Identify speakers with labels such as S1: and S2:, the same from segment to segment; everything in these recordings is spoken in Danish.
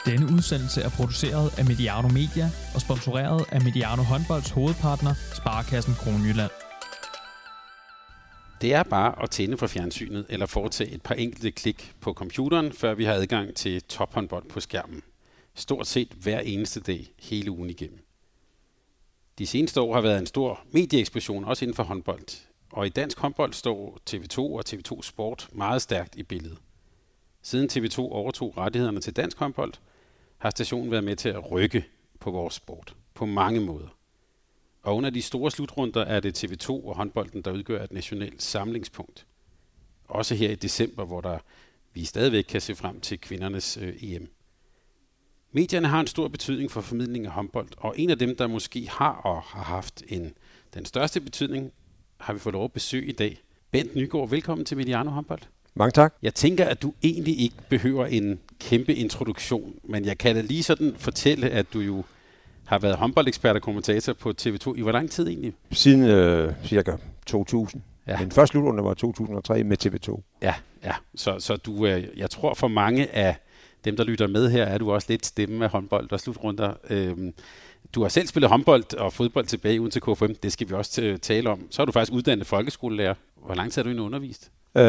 S1: Denne udsendelse er produceret af Mediano Media og sponsoreret af Mediano Håndbolds hovedpartner, Sparekassen Kronjylland.
S2: Det er bare at tænde for fjernsynet eller foretage et par enkelte klik på computeren, før vi har adgang til tophåndbold på skærmen. Stort set hver eneste dag, hele ugen igennem. De seneste år har været en stor medieeksplosion, også inden for håndbold. Og i dansk håndbold står TV2 og TV2 Sport meget stærkt i billedet. Siden TV2 overtog rettighederne til dansk håndbold, har stationen været med til at rykke på vores sport på mange måder. Og under de store slutrunder er det TV2 og håndbolden, der udgør et nationalt samlingspunkt. Også her i december, hvor vi stadigvæk kan se frem til kvindernes EM. Medierne har en stor betydning for formidling af håndbold, og en af dem, der måske har haft den største betydning, har vi fået lov at besøge i dag. Bent Nygaard, velkommen til Mediano Håndbold.
S3: Mange tak.
S2: Jeg tænker, at du egentlig ikke behøver en kæmpe introduktion, men jeg kan da lige sådan fortælle, at du jo har været håndboldekspert og kommentator på TV2 i hvor lang tid egentlig?
S3: Siden cirka 2000.
S2: Ja.
S3: Den første slutrunde var 2003 med TV2.
S2: Ja. Så du, jeg tror for mange af dem, der lytter med her, er du også lidt stemme af håndbold og slutrunder. Du har selv spillet håndbold og fodbold tilbage uden til KFM. Det skal vi også tale om. Så er du faktisk uddannet folkeskolelærer. Hvor lang tid har du egentlig undervist?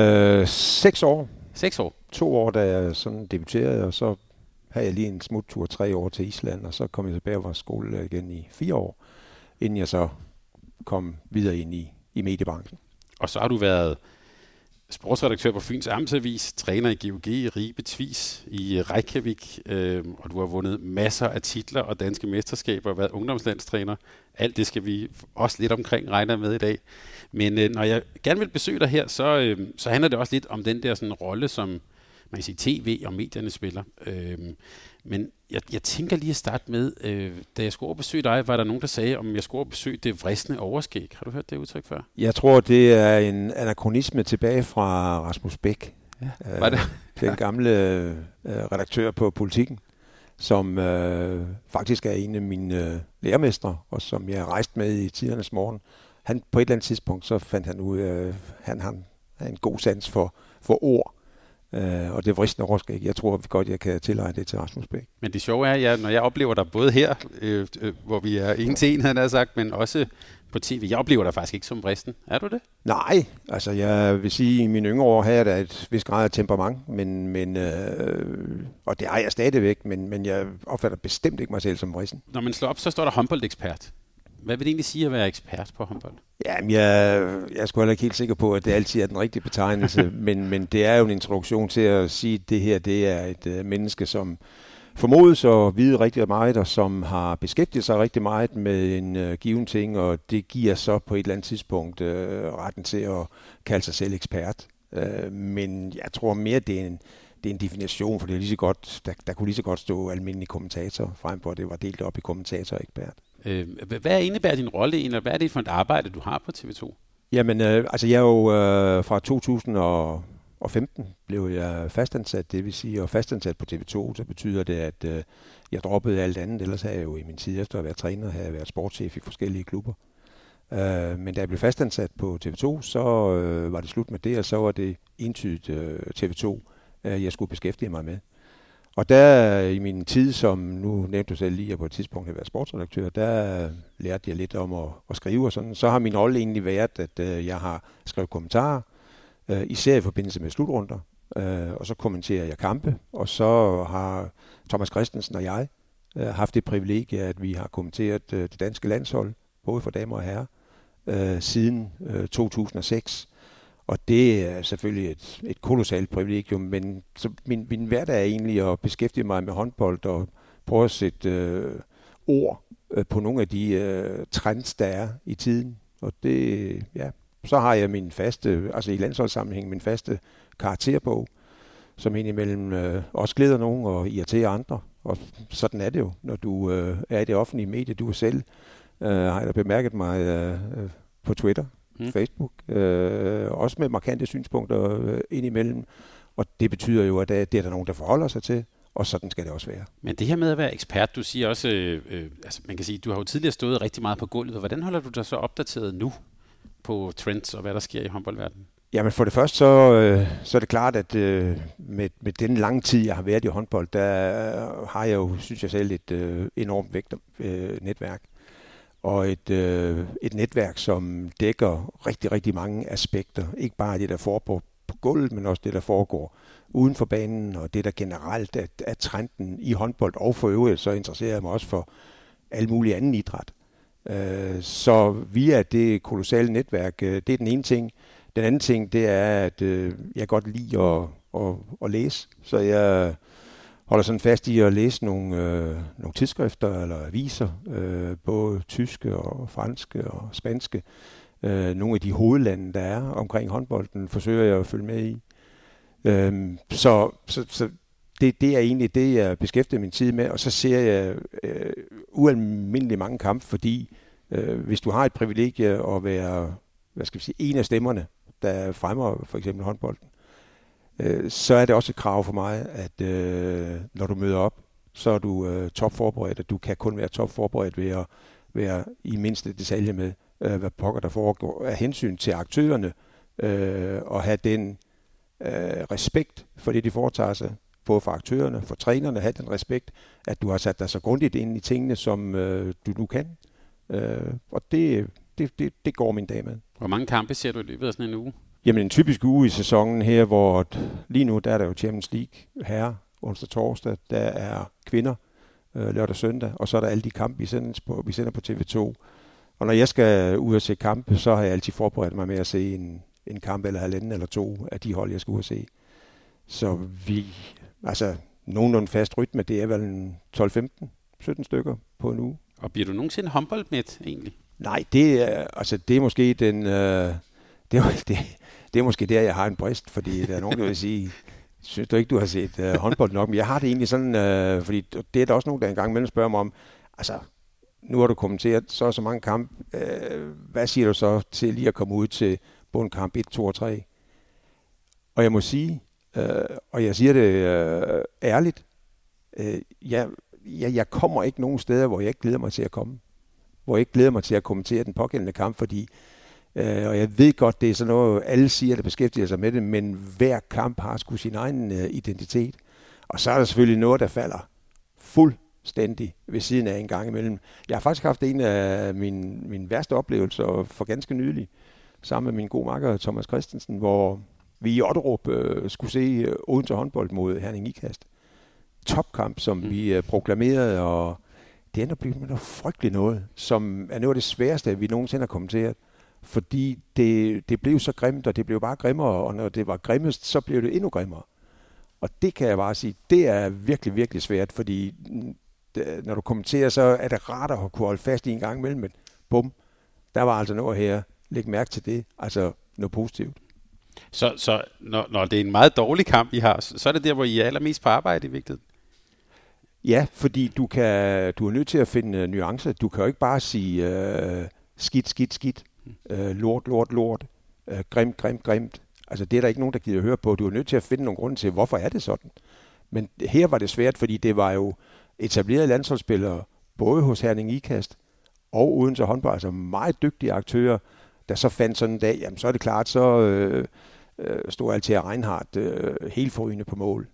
S3: 6 år.
S2: 6 år?
S3: 2 år, da jeg sådan debuterede, og så havde jeg lige en smuttur 3 år til Island, og så kom jeg tilbage og var skolelærer igen i 4 år, inden jeg så kom videre ind i mediebranchen.
S2: Og så har du været sportsredaktør på Fyns Amtsavis, træner i GOG, i Ribe, Tvis, i Reykjavik, og du har vundet masser af titler og danske mesterskaber og været ungdomslandstræner. Alt det skal vi også lidt omkring regne med i dag. Men når jeg gerne vil besøge dig her, så handler det også lidt om den der sådan rolle, som man kan sige tv og medierne spiller. Men jeg tænker lige at starte med, da jeg skulle overbesøge dig, var der nogen, der sagde, om jeg skulle overbesøge det vrisne overskæg. Har du hørt det udtryk før?
S3: Jeg tror, det er en anakronisme tilbage fra Rasmus Bæk.
S2: Ja, var det?
S3: Den gamle redaktør på Politikken, som faktisk er en af mine lærermestre, og som jeg rejste med i tidernes morgen. Han på et eller andet tidspunkt, så fandt han ud af, han har en god sans for ord. Og det vristende overskæg. Jeg tror godt, jeg kan tilegne det til Rasmus Bæk.
S2: Men det sjove er, at når jeg oplever dig både her, hvor vi er en til en, han har sagt, men også på tv. Jeg oplever dig faktisk ikke som vristen. Er du det?
S3: Nej, altså jeg vil sige, at i mine yngre år havde jeg da et vis grad af temperament, men og det er jeg stadigvæk, men jeg opfatter bestemt ikke mig selv som vristen.
S2: Når man slår op, så står der håndboldekspert. Hvad vil det egentlig sige at være ekspert på håndbold?
S3: Jamen, jeg er sgu heller ikke helt sikker på, at det altid er den rigtige betegnelse, men det er jo en introduktion til at sige, at det her det er et menneske, som formodes at vide rigtig meget, og som har beskæftiget sig rigtig meget med en given ting, og det giver så på et eller andet tidspunkt retten til at kalde sig selv ekspert. Men jeg tror mere, det er en definition, for det er lige så godt, der kunne lige så godt stå almindelige kommentator frem på, at det var delt op i kommentator og ekspert.
S2: Hvad indebærer din rolle egentlig, og hvad er det for et arbejde, du har på TV2?
S3: Jamen, altså jeg er jo fra 2015 blev jeg fastansat, det vil sige, og fastansat på TV2, så betyder det, at jeg droppede alt andet, ellers havde jeg jo i min tid efter at være træner, havde jeg været sportschef i forskellige klubber. Men da jeg blev fastansat på TV2, så var det slut med det, og så var det entydigt TV2, jeg skulle beskæftige mig med. Og der i min tid, som nu nævnte du selv lige, at på et tidspunkt havde været sportsredaktør, der lærte jeg lidt om at skrive og sådan. Så har min rolle egentlig været, at jeg har skrevet kommentarer, især i forbindelse med slutrunder, og så kommenterer jeg kampe, og så har Thomas Christensen og jeg haft det privilegie, at vi har kommenteret det danske landshold, både for damer og herrer, siden 2006. Og det er selvfølgelig et kolossalt privilegium, men så min hverdag er egentlig at beskæftige mig med håndbold og prøve at sætte ord på nogle af de trends, der er i tiden. Og det, ja, så har jeg min faste, altså i landsholdssammenhæng, min faste karakterbog, som indimellem også glæder nogen og irriterer andre. Og sådan er det jo, når du er i det offentlige medie. Du selv har jeg bemærket mig på Twitter. Facebook, også med markante synspunkter indimellem, og det betyder jo, at det er der nogen, der forholder sig til, og sådan skal det også være.
S2: Men det her med at være ekspert, du siger også, altså man kan sige, du har jo tidligere stået rigtig meget på gulvet, hvordan holder du dig så opdateret nu på trends og hvad der sker i håndboldverdenen?
S3: Jamen for det første, så er det klart, at med den lange tid, jeg har været i håndbold, der har jeg jo, synes jeg selv, et enormt netværk. Og et netværk, som dækker rigtig, rigtig mange aspekter. Ikke bare det, der foregår på gulvet, men også det, der foregår uden for banen, og det, der generelt er trenden i håndbold. Og for øvrigt, så interesserer jeg mig også for alle mulige anden idræt. Så via det kolossale netværk, det er den ene ting. Den anden ting, det er, at jeg godt lide at læse. Så jeg holder sådan fast i at læse nogle tidsskrifter eller aviser, både tyske og franske og spanske. Nogle af de hovedlande, der er omkring håndbolden, forsøger jeg at følge med i. Så det er egentlig det, jeg beskæftiger min tid med, og så ser jeg ualmindeligt mange kampe, fordi hvis du har et privilegie at være, en af stemmerne, der fremmer for eksempel håndbolden, så er det også et krav for mig, at når du møder op, så er du topforberedt, og du kan kun være topforberedt ved at være i mindste detalje med, hvad pokker der foregår af hensyn til aktørerne, og have den respekt for det, de foretager sig, både for aktørerne, for trænerne, have den respekt, at du har sat dig så grundigt ind i tingene, som du nu kan. Og det går min dag med.
S2: Hvor mange kampe ser du i løbet af sådan en uge?
S3: Jamen en typisk uge i sæsonen her, hvor lige nu der er der jo Champions League herre, onsdag torsdag, der er kvinder lørdag søndag, og så er der alle de kampe, vi sender på TV2. Og når jeg skal ud og se kampe, så har jeg altid forberedt mig med at se en kamp eller halvanden eller to af de hold, jeg skal ud og se. Så nogenlunde fast rytme, det er vel 12-15-17 stykker på en uge.
S2: Og bliver du nogensinde håndboldmæt egentlig?
S3: Nej, det er måske det er måske der, jeg har en brist, fordi der er nogen, der vil sige, synes du ikke, du har set håndbold nok? Men jeg har det egentlig sådan, fordi det er der også nogen, der engang imellem spørger mig om, nu har du kommenteret så mange kampe, hvad siger du så til lige at komme ud til bundkamp 1, 2 og 3? Og jeg må sige, og jeg siger det ærligt, jeg kommer ikke nogen steder, hvor jeg ikke glæder mig til at komme. Hvor jeg ikke glæder mig til at kommentere den pågældende kamp, fordi, og jeg ved godt, det er sådan noget, alle siger, der beskæftiger sig med det, men hver kamp har sgu sin egen identitet. Og så er der selvfølgelig noget, der falder fuldstændig ved siden af en gang imellem. Jeg har faktisk haft en af mine værste oplevelser for ganske nylig, sammen med min gode makker Thomas Christensen, hvor vi i Otterup skulle se Odense håndbold mod Herning Ikast. Topkamp, som vi proklamerede, og det ender blevet med noget frygteligt noget, som er noget af det sværeste, vi nogensinde har kommenteret. Fordi det blev så grimt, og det blev bare grimmere, og når det var grimmest, så blev det endnu grimmere. Og det kan jeg bare sige, det er virkelig, virkelig svært, fordi når du kommenterer, så er det rart at kunne holde fast i en gang imellem, men bum, der var altså noget her. Læg mærke til det, altså noget positivt.
S2: Så når det er en meget dårlig kamp, I har, så er det der, hvor I er allermest på arbejde i virkeligheden?
S3: Ja, fordi du er nødt til at finde nuancer. Du kan jo ikke bare sige skidt, lort, grimt. Altså det er der ikke nogen, der gider at høre på. Du er nødt til at finde nogle grunde til, hvorfor er det sådan. Men her var det svært, fordi det var jo etablerede landsholdsspillere, både hos Herning Ikast og Odense håndbold, altså meget dygtige aktører, der så fandt sådan en dag, jamen så er det klart, så stod Althea Reinhardt helt forrygende på mål.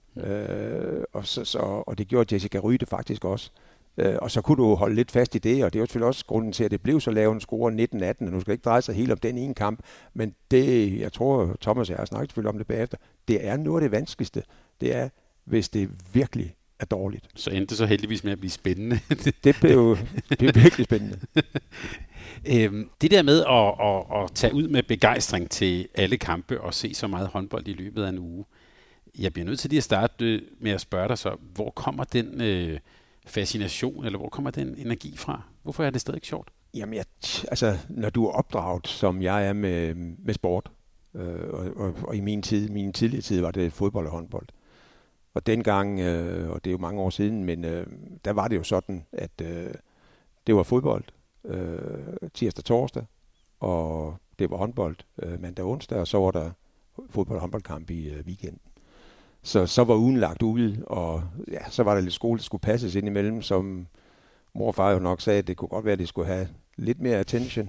S3: Og det gjorde Jessica Ryde faktisk også. Og så kunne du holde lidt fast i det, og det er jo selvfølgelig også grunden til, at det blev så lavet en score 19-18, og nu skal ikke dreje sig helt om den ene kamp, men det, jeg tror, Thomas og jeg har snakket selvfølgelig om det bagefter, det er noget af det vanskeligste, det er, hvis det virkelig er dårligt.
S2: Så endte det så heldigvis med at blive spændende.
S3: Det blev virkelig spændende.
S2: Det der med at tage ud med begejstring til alle kampe og se så meget håndbold i løbet af en uge, jeg bliver nødt til lige at starte med at spørge dig så, hvor kommer den fascination, eller hvor kommer den energi fra? Hvorfor er det stadig sjovt?
S3: Jamen, når du er opdraget, som jeg er med sport, og i min tidlige tid var det fodbold og håndbold. Og dengang, og det er jo mange år siden, men der var det jo sådan, at det var fodbold tirsdag, torsdag, og det var håndbold mandag, onsdag, og så var der fodbold og håndboldkamp i weekenden. Så var ugen lagt ud, og ja, så var der lidt skole, der skulle passes ind imellem, som mor og far jo nok sagde, at det kunne godt være, at det skulle have lidt mere attention.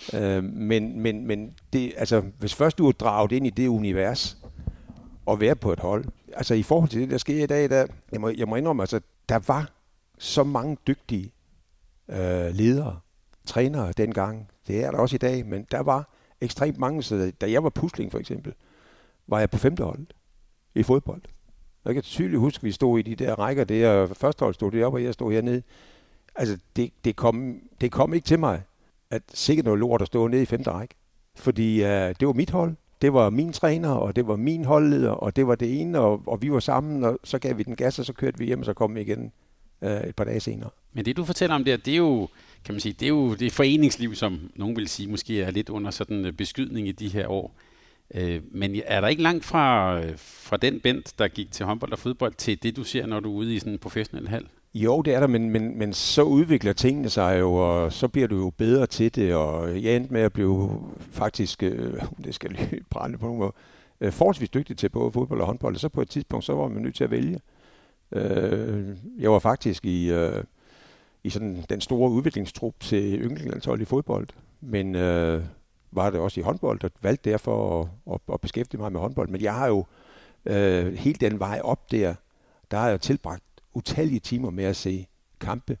S3: Men det, altså, hvis først du er draget ind i det univers, og være på et hold, altså i forhold til det, der sker i dag, jeg må indrømme, altså, der var så mange dygtige ledere, trænere dengang. Det er der også i dag, men der var ekstremt mange. Så da jeg var pusling for eksempel, var jeg på 5. hold i fodbold. Jeg kan tydeligt huske, at vi stod i de der rækker der. Første hold stod deroppe, og jeg stod hernede. Altså, det kom ikke til mig, at sikkert noget lort at stå nede i 5. række. Fordi det var mit hold. Det var min træner, og det var min holdleder, og det var det ene, og vi var sammen, og så gav vi den gas, og så kørte vi hjem, og så kom vi igen et par dage senere.
S2: Men det, du fortæller om det er jo, kan man sige, det er jo det foreningsliv, som nogen vil sige, måske er lidt under sådan beskydning i de her år. Men er der ikke langt fra den Bent, der gik til håndbold og fodbold, til det, du ser, når du er ude i sådan en professionel hal?
S3: Jo, det er der, men så udvikler tingene sig jo, og så bliver du jo bedre til det, og jeg endte med at blive faktisk, det skal lige brænde på nogen måde, forholdsvis dygtig til både fodbold og håndbold, og så på et tidspunkt, så var man nødt til at vælge. Jeg var faktisk i sådan den store udviklingstrup til yndlingslandshold i fodbold, men var det også i håndbold, og valgte derfor at beskæftige mig med håndbold. Men jeg har jo helt den vej op der har jeg tilbragt utallige timer med at se kampe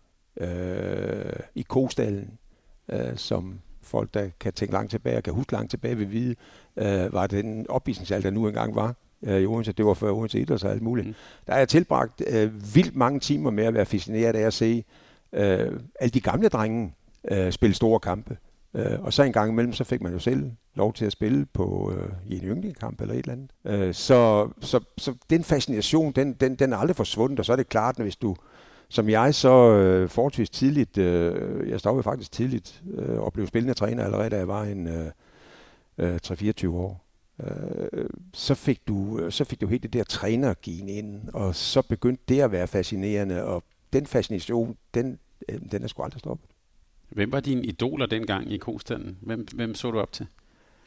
S3: i Kostallen, som folk, der kan tænke langt tilbage og kan huske langt tilbage, vil vide, var den opvisningshal, der nu engang var i Odense. Det var før Odense Idræts og alt muligt. Der har jeg tilbragt vildt mange timer med at være fascineret af at se alle de gamle drenge spille store kampe. Og så en gang imellem, så fik man jo selv lov til at spille på i en yndlingekamp eller et eller andet. Så den fascination, den er aldrig forsvundet, og så er det klart, at hvis du, som jeg så forholdsvis tidligt, jeg stoppede faktisk tidligt og blev spillende træner allerede, da jeg var en 3-24 år, så fik du helt det der trænergen ind, og så begyndte det at være fascinerende, og den fascination, den er sgu aldrig stoppet.
S2: Hvem var dine idoler dengang i Kostallen? Hvem så du op til?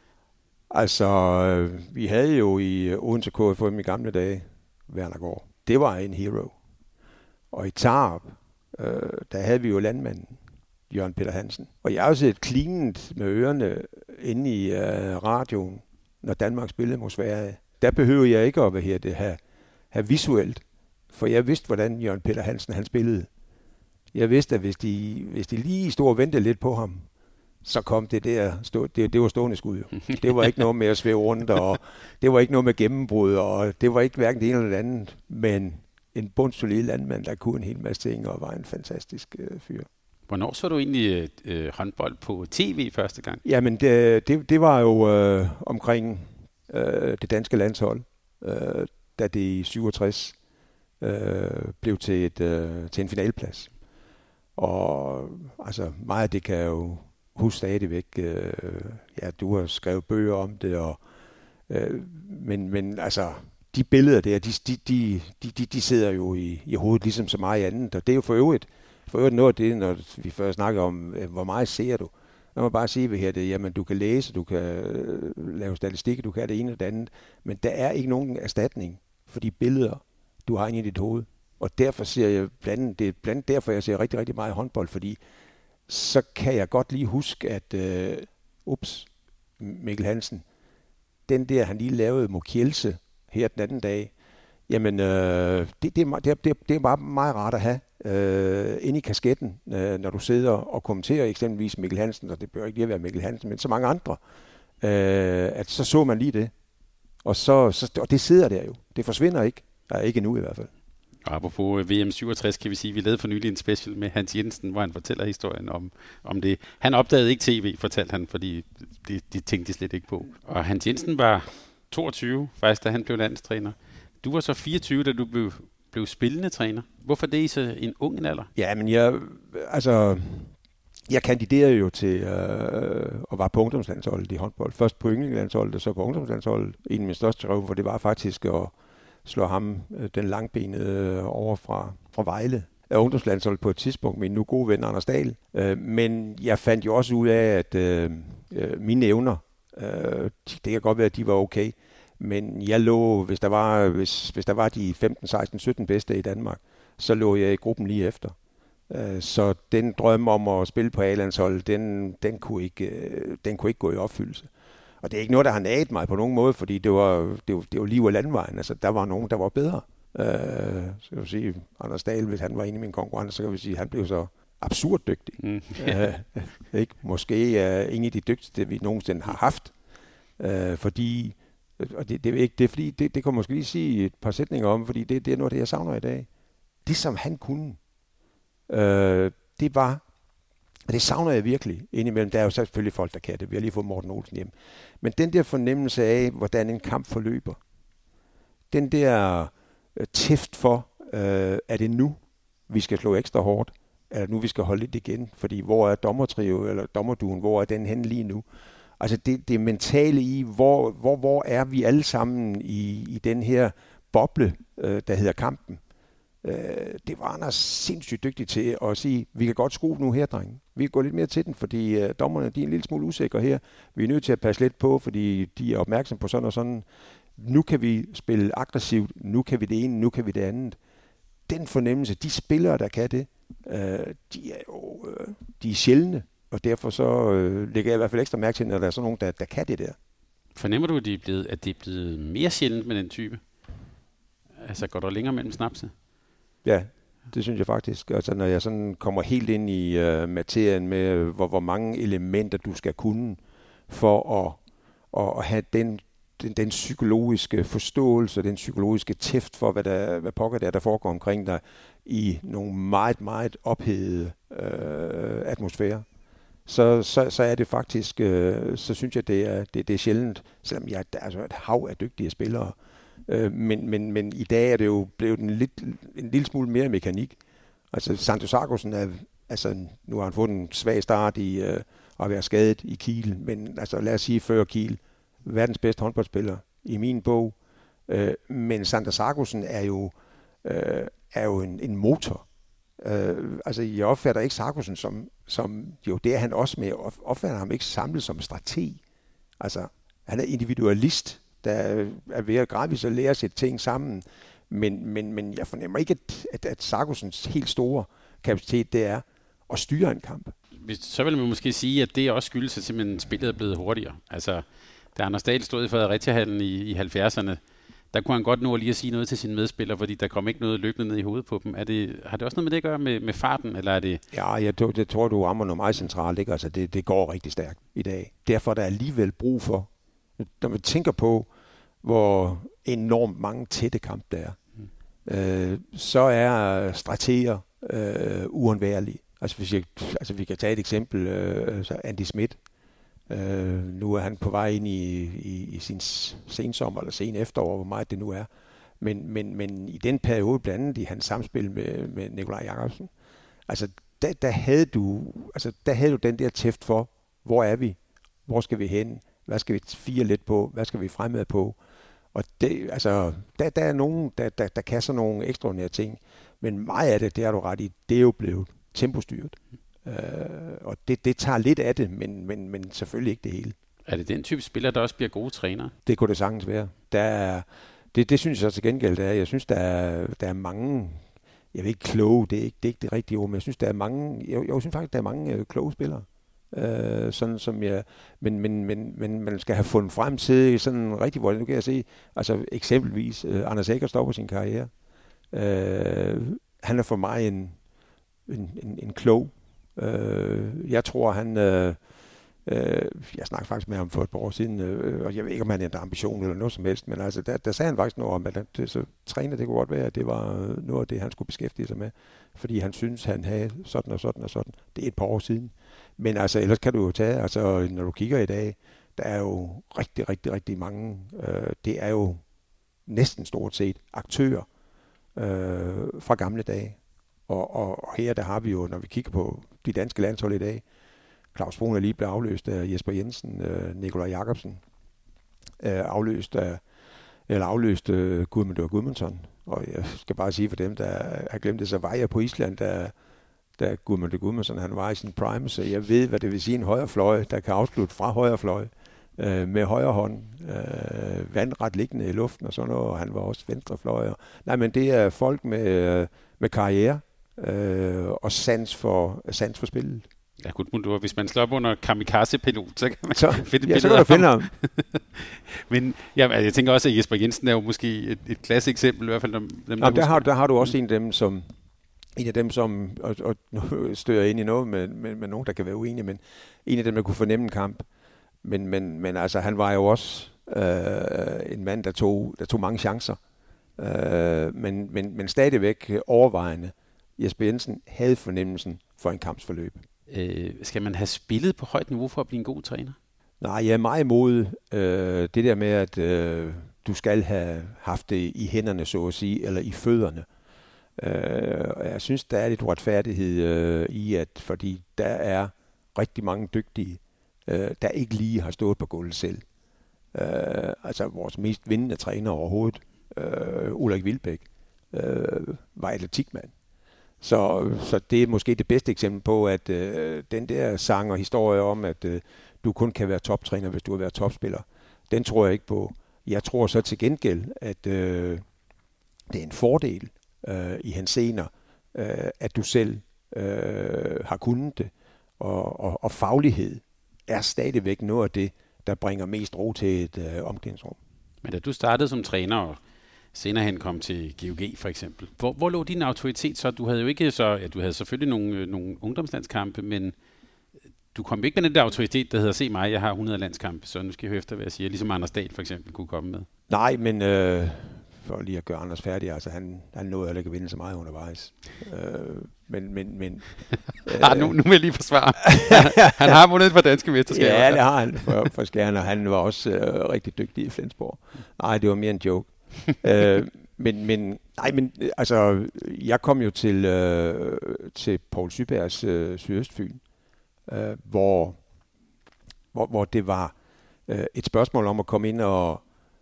S3: Altså, vi havde jo i Odense KFM i gamle dage, Wernergaard. Det var en hero. Og i Tarup, der havde vi jo landmanden, Jørgen Peter Hansen. Og jeg har også set klinet med ørerne inde i radioen, når Danmark spillede mod Sverige. Der behøver jeg ikke at have visuelt, for jeg vidste, hvordan Jørgen Peter Hansen han spillede. Jeg vidste, at hvis de lige stod og ventede lidt på ham, så kom det der, det var stående skud. Det var ikke noget med at svæve rundt, og det var ikke noget med gennembrud, og det var ikke hverken det ene eller det andet, men en bundsolid landmand, der kunne en hel masse ting, og var en fantastisk fyr.
S2: Hvornår så du egentlig håndbold på tv første gang?
S3: Jamen, det var jo omkring det danske landshold, da det i 67 blev til en finaleplads. Og altså meget af det kan jeg jo huske stadigvæk. Du har skrevet bøger om det, og men altså de billeder der, de sidder jo i hovedet ligesom så meget andet. Og det er jo for øvrigt noget af det, når vi før snakker om, hvor meget ser du. Når man bare siger, hvad det, jamen du kan læse, du kan lave statistik, du kan det ene og det andet, men der er ikke nogen erstatning for de billeder, du har inde i dit hoved. Og derfor ser jeg blandt derfor jeg ser rigtig, rigtig meget håndbold, fordi så kan jeg godt lige huske, at Mikkel Hansen, den der, han lige lavede mod Kielse her den anden dag, jamen det er bare meget rart at have inde i kasketten, når du sidder og kommenterer eksempelvis Mikkel Hansen, og det bør ikke lige være Mikkel Hansen, men så mange andre, at så man lige det. Og det sidder der jo. Det forsvinder ikke. Der er ikke endnu i hvert fald.
S2: Og apropos VM 67, kan vi sige, vi lavede for nylig en special med Hans Jensen, hvor han fortæller historien om det. Han opdagede ikke tv, fortalte han, fordi de tænkte slet ikke på. Og Hans Jensen var 22, faktisk, da han blev landstræner. Du var så 24, da du blev spillende træner. Hvorfor det i så en ung alder?
S3: Ja, men jeg kandiderede jo til at være på ungdomslandsholdet i håndbold. Først på yndlingslandsholdet, og så på ungdomslandsholdet. En af mine største drømme, for det var faktisk at slå ham, den langbenede, over fra Vejle af ungdomslandsholdet på et tidspunkt, min nu gode ven Anders Dahl. Men jeg fandt jo også ud af, at mine evner, det kan godt være, at de var okay, men jeg lå, hvis der var de 15, 16, 17 bedste i Danmark, så lå jeg i gruppen lige efter. Så den drøm om at spille på A-landsholdet, den kunne ikke gå i opfyldelse. Og det er ikke noget, der har naget mig på nogen måde, fordi det var liv og landvejen. Altså, der var nogen, der var bedre. Så kan vi sige, Anders Dahl, hvis han var inde i min konkurrence, så kan vi sige, at han blev så absurd dygtig. Ikke? Måske en af de dygtigste, vi nogensinde har haft. Fordi, og det er ikke det, fordi det kan jeg måske lige sige et par sætninger om, fordi det er noget, det jeg savner i dag. Det, som han kunne, det var, og det savner jeg virkelig indimellem. Der er jo selvfølgelig folk, der kan det. Vi har lige fået Morten Olsen hjem. Men den der fornemmelse af, hvordan en kamp forløber, den der tæft for, er det nu, vi skal slå ekstra hårdt? Er det nu, vi skal holde lidt igen? Fordi hvor er dommertrio, eller dommerduen, hvor er den henne lige nu? Altså det mentale i, hvor er vi alle sammen i den her boble, der hedder kampen. Det var Anders sindssygt dygtig til at sige, vi kan godt skrue nu her, drenge. Vi kan gå lidt mere til den, fordi dommerne de er en lille smule usikre her. Vi er nødt til at passe lidt på, fordi de er opmærksom på sådan og sådan. Nu kan vi spille aggressivt, nu kan vi det ene, nu kan vi det andet. Den fornemmelse, de spillere, der kan det, de er sjældne, og derfor så lægger jeg i hvert fald ekstra mærke til, når der er sådan nogen, der kan det der.
S2: Fornemmer du, at det er blevet mere sjældent med den type? Altså, går der længere mellem snapse?
S3: Ja, det synes jeg faktisk. Altså, når jeg sådan kommer helt ind i materien med, hvor mange elementer du skal kunne for at have den psykologiske forståelse, den psykologiske tæft for, hvad pokker der foregår omkring dig i nogle meget, meget ophedede atmosfære, så er det faktisk, så synes jeg, det er sjældent, selvom jeg er altså et hav af dygtige spillere. Men i dag er det jo blevet en lille smule mere mekanik. Altså Santos Sargussen nu har han fået en svag start i at være skadet i Kiel, men altså lad os sige før Kiel, verdens bedste håndboldspiller i min bog. Men Santos Sargussen er jo en motor. Altså jeg opfatter ikke Sargussen som jo det er han også med. Jeg opfatter ham ikke samlet som strateg. Altså han er individualist, der er ved at gradvist at lære at sætte ting sammen. Men jeg fornemmer ikke, at Sargussens helt store kapacitet, det er at styre en kamp.
S2: Så vil man måske sige, at det også skyldes, at simpelthen spillet er blevet hurtigere. Altså, da Anders Dahl stod i Fredericia-hallen i 70'erne, der kunne han godt nå lige at sige noget til sine medspillere, fordi der kom ikke noget løbende ned i hovedet på dem. Har det også noget med det at gøre med farten, eller er det...
S3: Ja, det tror du rammer noget meget centralt, ikke? Altså, det går rigtig stærkt i dag. Derfor er der alligevel brug for, når man tænker på, hvor enormt mange tætte kampe der er, så er strateger uundværlige. Altså vi kan tage et eksempel, Andy Schmidt. Nu er han på vej ind i sin sensommer eller sen efterår, hvor meget det nu er. Men i den periode, blandt andet i hans samspil med Nikolaj Jakobsen, altså der havde du den der tæft for, hvor er vi? Hvor skal vi hen? Hvad skal vi fire lidt på? Hvad skal vi fremad på? Og det, altså, der er nogen, der kan sådan nogle ekstraordinære ting. Men meget af det har du ret i, det er jo blevet tempostyret. Og det tager lidt af det, men selvfølgelig ikke det hele.
S2: Er det den type spiller, der også bliver gode trænere?
S3: Det kunne det sagtens være. Det synes jeg så til gengæld, det er. Jeg synes, der er mange, jeg ved ikke kloge, det er ikke det rigtige ord, men jeg synes, der er mange, jeg synes faktisk, der er mange kloge spillere. Sådan som jeg, men man skal have fundet frem til sådan rigtig, hvor nu kan jeg se, altså eksempelvis Anders Eggers stopper sin karriere. Han er for mig en klog. Jeg tror jeg snakkede faktisk med ham for et par år siden, og jeg ved ikke, om han havde ambition eller noget som helst, men altså, der sagde han faktisk noget om, at så træner, det kunne godt være, at det var noget af det, han skulle beskæftige sig med, fordi han synes, han havde sådan og sådan og sådan. Det er et par år siden. Men altså, ellers kan du jo tage, altså, når du kigger i dag, der er jo rigtig, rigtig, rigtig mange, det er jo næsten stort set aktører fra gamle dage. Og her, der har vi jo, når vi kigger på de danske landshold i dag, Claus Brun er lige blevet afløst af Jesper Jensen, Nikolaj Jakobsen, afløst Gudmundur Gudmundsson. Og jeg skal bare sige for dem, der har glemt det, så var jeg på Island, da Gudmundur Gudmundsson han var i sin prime, så jeg ved, hvad det vil sige en højre fløj, der kan afslutte fra højre fløj med højre hånd, vandret liggende i luften og sådan noget, og han var også venstre fløj. Nej, men det er folk med karriere, og sans for spillet.
S2: Ja, Gudmundur, hvis man slår op under kamikaze-pilot, så kan man finde
S3: ja, så kan du finde ham.
S2: Men jeg tænker også, at Jesper Jensen er jo måske et klasseeksempel, i hvert fald dem
S3: der har du også en af dem, som og nu støder ind i noget med nogen, der kan være uenige, men en af dem, der kunne fornemme en kamp. Men altså, han var jo også en mand, der tog mange chancer. Men stadigvæk overvejende. Jesper Jensen havde fornemmelsen for en kampsforløb.
S2: Skal man have spillet på højt niveau for at blive en god træner?
S3: Nej, jeg er meget imod det der med, at du skal have haft det i hænderne, så at sige, eller i fødderne. Jeg synes, der er lidt uretfærdighed i, at fordi der er rigtig mange dygtige, der ikke lige har stået på gulvet selv. Altså vores mest vindende træner overhovedet, Ulrik Wilbæk, var atletikmand. Så det er måske det bedste eksempel på, at den der sang og historie om, at du kun kan være toptræner, hvis du har været topspiller, den tror jeg ikke på. Jeg tror så til gengæld, at det er en fordel i henseender, at du selv har kunnet det, og faglighed er stadigvæk noget af det, der bringer mest ro til et omklædningsrum.
S2: Men da du startede som træner, og senere hen kom til GOG for eksempel, hvor lå din autoritet så? Du havde jo ikke du havde selvfølgelig nogle ungdomslandskampe, men du kom ikke med den der autoritet, der hedder, se mig, jeg har 100 landskampe, så nu skal jeg høre efter, hvad jeg siger. Ligesom Anders Dahl for eksempel kunne komme med.
S3: Nej, men for lige at gøre Anders færdig, altså han nåede heller ikke at vinde så meget undervejs. Men
S2: nu vil jeg lige forsvare. Han har vundet et par danske mesterskaber.
S3: Ja, det har han for Skjern, og han var også rigtig dygtig i Flensborg. Nej, det var mere en joke. Men altså, jeg kom jo til Poul Sybergs Sydøstfyn, hvor det var et spørgsmål om at komme ind og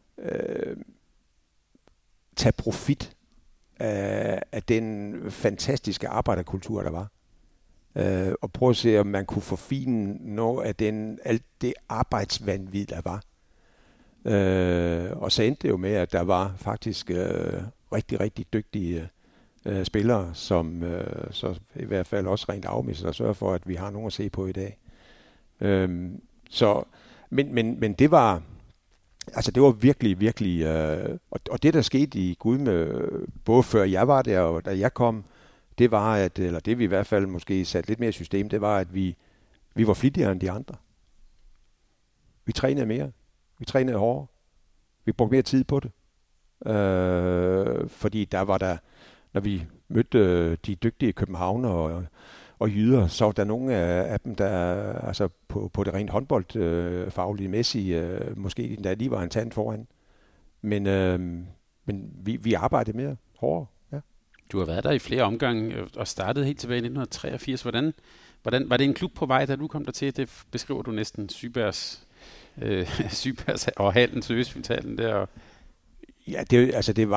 S3: tage profit af den fantastiske arbejderkultur, der var. Og prøve at se, om man kunne forfine noget af alt det arbejdsvanvid, der var. Og så endte det jo med, at der var faktisk rigtig, rigtig dygtige spillere, som så i hvert fald også rent afmæssigt og sørger for, at vi har nogen at se på i dag. Men det var... Altså det var virkelig, virkelig... og det, der skete i Gudme, både før jeg var der og da jeg kom, det var, eller det vi i hvert fald måske satte lidt mere i system, det var, at vi var flittigere end de andre. Vi trænede mere. Vi trænede hårdere. Vi brugte mere tid på det. Fordi når vi mødte de dygtige københavnere og jyder, så var der nogle af dem, der altså på det rent håndboldfaglige mæssige, måske der lige var en tand foran. Men vi arbejdede mere hårdere. Ja.
S2: Du har været der i flere omgange og startede helt tilbage i 1983. Hvordan var det en klub på vej, da du kom der til? Det beskriver du næsten Sybergs og hallen, Søsfyldshallen der.
S3: Ja, det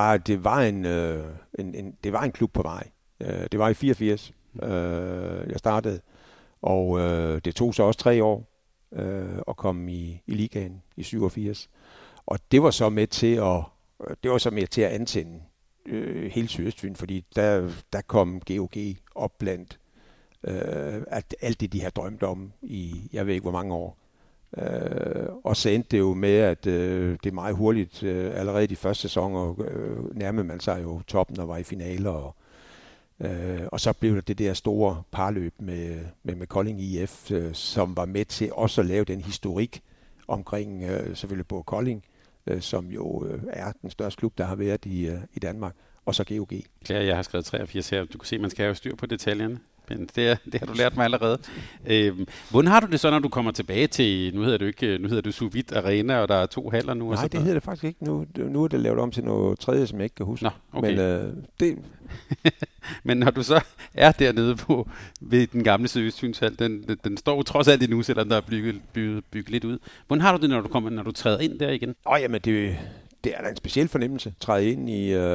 S3: var en klub på vej. Det var i 84. Jeg startede, og det tog så også 3 år at komme i ligaen i 87. Og det var så med til at antænde hele Sydøstfyn, fordi der kom GOG op blandt alt det, de havde drømt om i, jeg ved ikke hvor mange år. Og så endte det jo med, at det meget hurtigt, allerede de første sæsoner, nærmede man sig jo toppen og var i finaler, og så blev det der store parløb med Kolding IF, som var med til også at lave den historik omkring selvfølgelig både Kolding, som jo er den største klub, der har været i Danmark, og så GOG.
S2: Klar, jeg har skrevet 83 her. Du kan se, man skal have styr på detaljerne. Men det har du lært mig allerede. Hvordan har du det så, når du kommer tilbage til, nu hedder du Sous Vide Arena, og der er 2 haller nu?
S3: Nej, det hedder det faktisk ikke nu. Nu er det lavet om til noget tredje, som jeg ikke kan huske.
S2: Nå, okay.
S3: Men det...
S2: Men når du så er dernede ved den gamle Sydøstfynshal, den står trods alt endnu, selvom der er bygget lidt ud. Hvordan har du det, når du træder ind der igen?
S3: Jamen, det er da en speciel fornemmelse, træde ind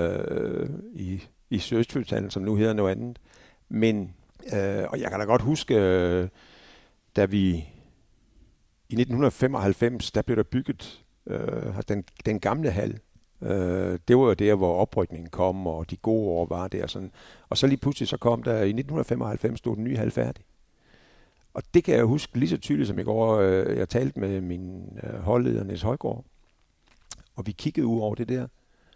S3: i Sydøstfynshalen, som nu hedder noget andet. Men og jeg kan da godt huske, da vi i 1995, der blev der bygget den gamle hal, Det var jo der, hvor oprykningen kom, og de gode år var der. Sådan. Og så lige pludselig så kom der, i 1995 stod den nye hal færdig. Og det kan jeg huske lige så tydeligt som i går. Jeg talte med min holdleder, Niels Højgaard, og vi kiggede ud over det der.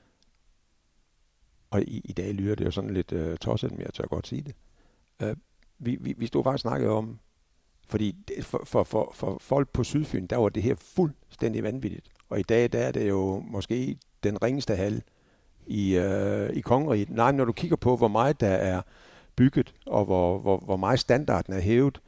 S3: Og i dag lyder det jo sådan lidt tosset, men jeg tør godt sige det. Vi stod faktisk og snakkede om, fordi for folk på Sydfyn, der var det her fuldstændig vanvittigt. Og i dag, der er det jo måske den ringeste hal i kongeriget. Nej, når du kigger på, hvor meget der er bygget, og hvor meget standarden er hævet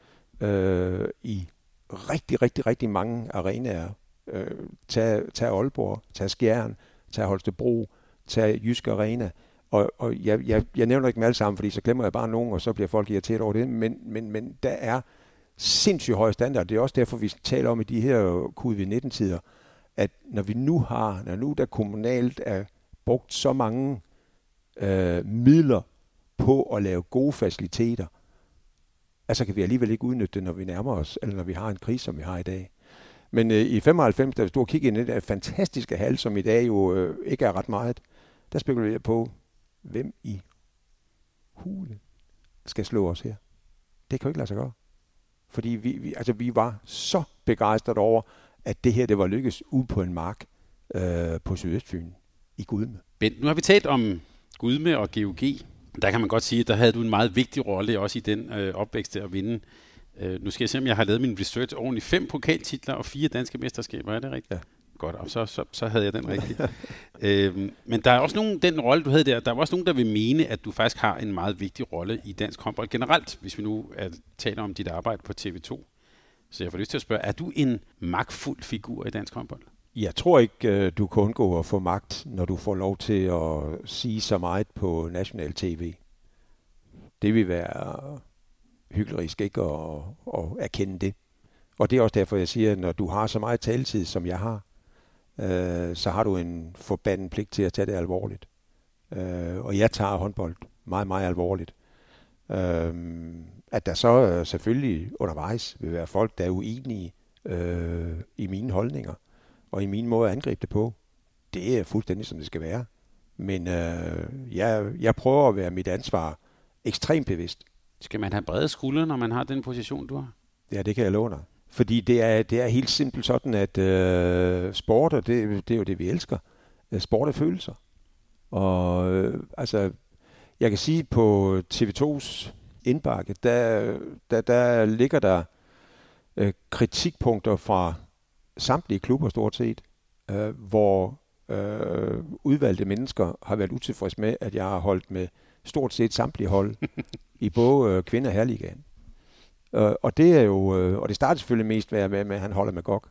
S3: i rigtig mange arenaer. Tag Aalborg, tag Skjern, tag Holstebro, tag Jysk Arena. Og jeg nævner ikke dem alle sammen, fordi så glemmer jeg bare nogen, og så bliver folk irriteret over det. Men der er sindssygt høj standard. Det er også derfor, vi taler om i de her covid-19-tider, at når nu der kommunalt er brugt så mange midler på at lave gode faciliteter, altså kan vi alligevel ikke udnytte det, når vi nærmer os, eller når vi har en krise, som vi har i dag. Men i 95, da vi stod og kiggede ind i det fantastiske hal, som i dag jo ikke er ret meget, der spekulerer jeg på, hvem i hulen skal slå os her. Det kan jo ikke lade sig gøre. Fordi vi var så begejstrede over, at det her det var lykkes ude på en mark på Sydøstfyn i Gudme.
S2: Bent, nu har vi talt om Gudme og GOG. Der kan man godt sige, at der havde du en meget vigtig rolle også i den opvækst der at vinde. Nu skal jeg se, om jeg har lavet min research ordentligt. 5 pokaltitler og 4 danske mesterskaber, er det rigtigt?
S3: Ja.
S2: Godt, og så havde jeg den rigtigt. Men der er også den rolle, du havde der er også nogen, der vil mene, at du faktisk har en meget vigtig rolle i dansk håndbold generelt, hvis vi nu taler om dit arbejde på TV2. Så jeg får lyst til at spørge, er du en magtfuld figur i dansk håndbold?
S3: Jeg tror ikke, du kan undgå at få magt, når du får lov til at sige så meget på national tv. Det vil være hyklerisk ikke at erkende det. Og det er også derfor, jeg siger, at når du har så meget taletid, som jeg har, så har du en forbandet pligt til at tage det alvorligt. Og jeg tager håndbold meget, meget alvorligt. At der så selvfølgelig undervejs vil være folk, der er uenige i mine holdninger og i min måde at angribe det på. Det er fuldstændig, som det skal være. Men jeg prøver at være mit ansvar ekstremt bevidst.
S2: Skal man have brede skuldre, når man har den position, du har?
S3: Ja, det kan jeg love dig. Fordi det er helt simpelt sådan, at sport, og det er jo det, vi elsker. Sport er følelser. Og jeg kan sige, på TV2's indbakke, der ligger der kritikpunkter fra samtlige klubber stort set, hvor udvalgte mennesker har været utilfredse med, at jeg har holdt med stort set samtlige hold i både kvinde- og herreligaen. Og det er jo, og det starter selvfølgelig mest med, at han holder med GOG.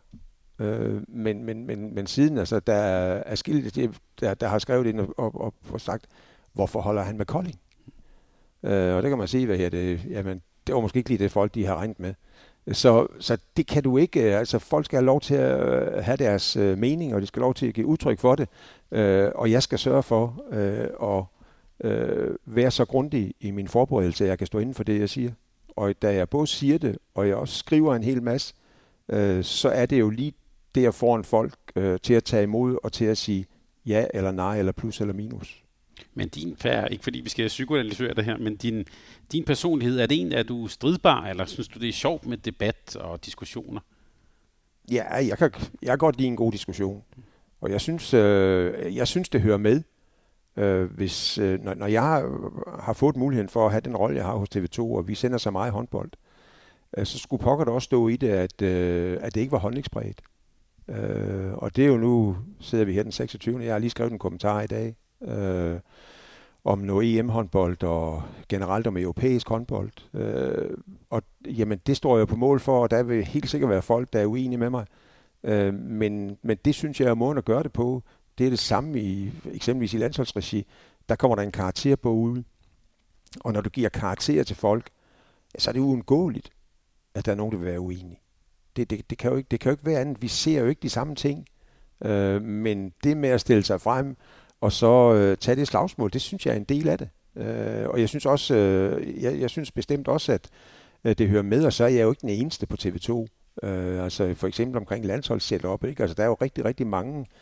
S3: Men siden, altså, der er skilt, der har skrevet ind og sagt, hvorfor holder han med Kolding? Og det kan man sige, jamen, det var måske ikke lige det folk, de har regnet med. Så det kan du ikke, altså folk skal have lov til at have deres mening, og de skal have lov til at give udtryk for det. Og jeg skal sørge for at være så grundig i min forberedelse, at jeg kan stå inden for det, jeg siger. Og da jeg både siger det, og jeg også skriver en hel masse, så er det jo lige der foran folk til at tage imod og til at sige ja eller nej, eller plus eller minus.
S2: Men ikke fordi vi skal psykoanalysere det her, men din personlighed, er det en, er du stridbar, eller synes du, det er sjovt med debat og diskussioner?
S3: Ja, jeg kan godt lide en god diskussion. Og jeg synes det hører med. Når jeg har fået muligheden for at have den rolle, jeg har hos TV2, og vi sender så meget håndbold, så skulle pokker der også stå i det, at det ikke var holdningsbredt. Og det er jo nu, sidder vi her den 26. Jeg har lige skrevet en kommentar i dag om noget EM-håndbold og generelt om europæisk håndbold. Og jamen, det står jeg på mål for, og der vil helt sikkert være folk, der er uenige med mig. Men det synes jeg er måden at gøre det på. Det er det samme eksempelvis i landsholdsregi. Der kommer der en karakterbog ud. Og når du giver karakterer til folk, så er det uundgåeligt, at der er nogen, der vil være uenige. Det kan jo ikke være andet. Vi ser jo ikke de samme ting. Men det med at stille sig frem, og så tage det slagsmål, det synes jeg er en del af det. Og jeg synes også, jeg synes bestemt også, at det hører med, og så er jeg jo ikke den eneste på TV2. Altså for eksempel omkring landsholdssetup, ikke? Altså der er jo rigtig, rigtig mange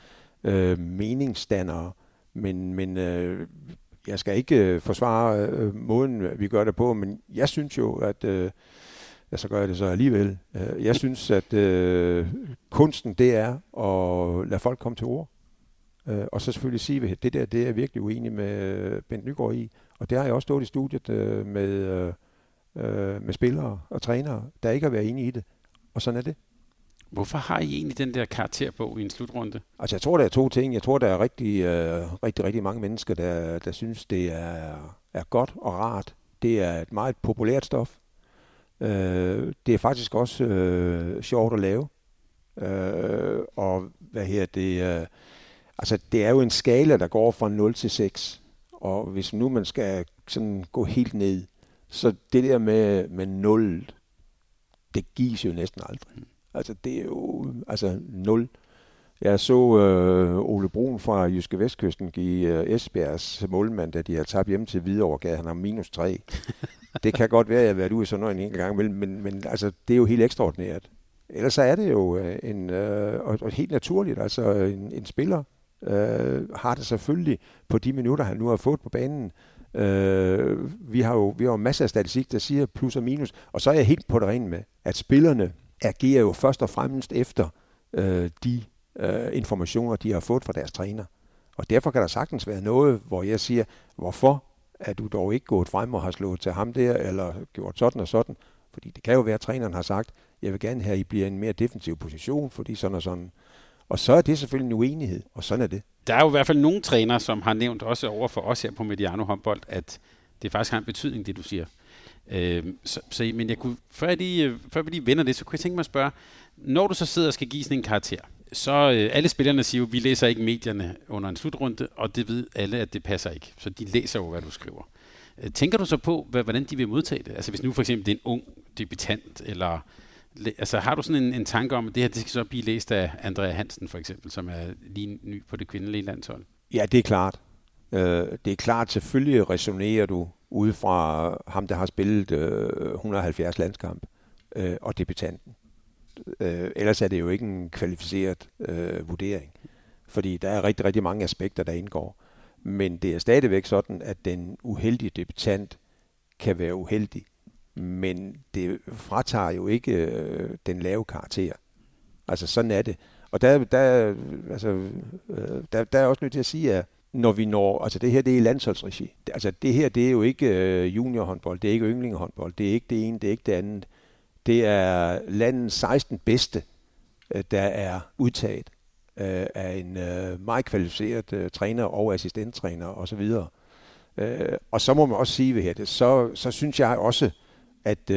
S3: meningsdannere, men jeg skal ikke forsvare måden, vi gør det på, men jeg synes jo, at så gør jeg det så alligevel. Jeg synes, at kunsten, det er at lade folk komme til ord. Og så selvfølgelig sige, at det der, det er jeg virkelig uenig med Bent Nygård i. Og det har jeg også stået i studiet med spillere og trænere, der ikke har været enige i det. Og sådan er det.
S2: Hvorfor har I egentlig den der karakterbog i en slutrunde?
S3: Altså jeg tror, der er to ting. Jeg tror, der er rigtig mange mennesker, der synes, det er godt og rart. Det er et meget populært stof. Det er faktisk også sjovt at lave. Og altså det er jo en skala, der går fra 0 til 6. Og hvis nu man skal sådan gå helt ned, så det der med 0, det gives jo næsten aldrig. Altså det er jo 0. Jeg så Ole Brun fra Jyske Vestkysten give Esbjergs målmand, da de har tabt hjemme til Hvidovre, gav han ham -3. Det kan godt være, at jeg har været ude i sådan noget en enkelt gang, men altså, det er jo helt ekstraordinært. Ellers så er det jo og helt naturligt, altså en spiller har det selvfølgelig på de minutter, han nu har fået på banen. Vi har jo masser af statistik, der siger plus og minus, og så er jeg helt på det rene med, at spillerne agerer jo først og fremmest efter de informationer, de har fået fra deres træner. Og derfor kan der sagtens være noget, hvor jeg siger, hvorfor er du dog ikke gået frem og har slået til ham der, eller gjort sådan og sådan. Fordi det kan jo være, at træneren har sagt, jeg vil gerne have, at I bliver en mere defensiv position, fordi sådan og sådan. Og så er det selvfølgelig en uenighed, og sådan er det. Der
S2: er jo i hvert fald nogle trænere, som har nævnt også over for os her på Mediano Håndbold, at det faktisk har en betydning, det du siger. Men jeg kunne, før vi lige vender det, så kunne jeg tænke mig at spørge, når du så sidder og skal give sådan en karakter, så alle spillerne siger jo, vi læser ikke medierne under en slutrunde, og det ved alle, at det passer ikke. Så de læser jo, hvad du skriver. Tænker du så på, hvordan de vil modtage det? Altså hvis nu for eksempel det er en ung debutant, eller altså har du sådan en tanke om, at det her det skal så blive læst af Andrea Hansen for eksempel, som er lige ny på det kvindelige landshold?
S3: Ja, det er klart. Det er klart, selvfølgelig resonerer du ude fra ham, der har spillet 170 landskamp, og debutanten. Ellers er det jo ikke en kvalificeret vurdering, fordi der er rigtig, rigtig mange aspekter, der indgår. Men det er stadigvæk sådan, at den uheldige debutant kan være uheldig, men det fratager jo ikke den lave karakter. Altså sådan er det. Og der er også nødt til at sige, at når vi når, altså det her, det er i landsholdsregi. Altså det her, det er jo ikke juniorhåndbold, det er ikke yndlingehåndbold, det er ikke det ene, det er ikke det andet. Det er landets 16 bedste, der er udtaget af en meget kvalificeret træner og assistenttræner osv. Og så må man også sige ved her, så synes jeg også, at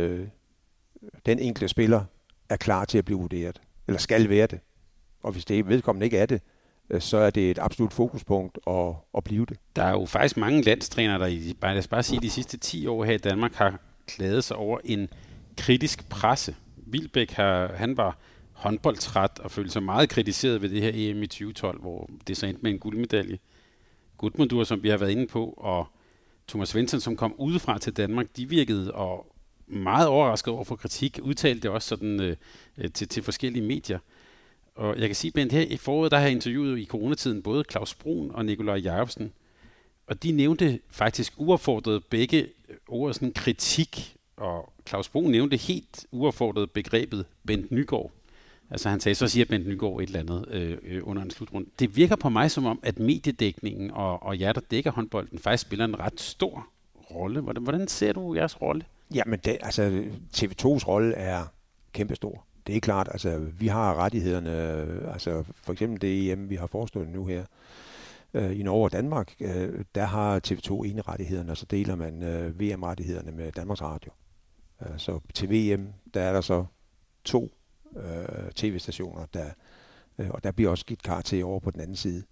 S3: den enkelte spiller er klar til at blive vurderet, eller skal være det. Og hvis det vedkommende ikke er det, så er det et absolut fokuspunkt at blive det.
S2: Der er jo faktisk mange landstrænere, der lad os bare sige, de sidste 10 år her i Danmark har klaget sig over en kritisk presse. Wilbæk, han var håndboldtræt og følte sig meget kritiseret ved det her EM i 2012, hvor det så endte med en guldmedalje. Gudmundur, som vi har været inde på, og Thomas Svensson, som kom udefra til Danmark, de virkede og meget overrasket over for kritik, udtalte det også sådan til forskellige medier. Og jeg kan sige, Bent, her i foråret, der har jeg interviewet i coronatiden både Claus Brun og Nikolaj Jacobsen, og de nævnte faktisk uaffordret begge ord sådan kritik, og Claus Brun nævnte helt uaffordret begrebet Bent Nygård. Altså han sagde, så siger Bent Nygård et eller andet under en slutrunde. Det virker på mig som om, at mediedækningen og jer, der dækker håndbolden, faktisk spiller en ret stor rolle. Hvordan ser du jeres rolle?
S3: Jamen, altså TV2's rolle er kæmpestor. Det er klart, altså vi har rettighederne, altså for eksempel det EM, vi har forestået nu her i Norge og Danmark, der har TV2 ene rettighederne, og så deler man VM-rettighederne med Danmarks Radio. Så til VM, der er der så 2 tv-stationer, og der bliver også givet karakter over på den anden side.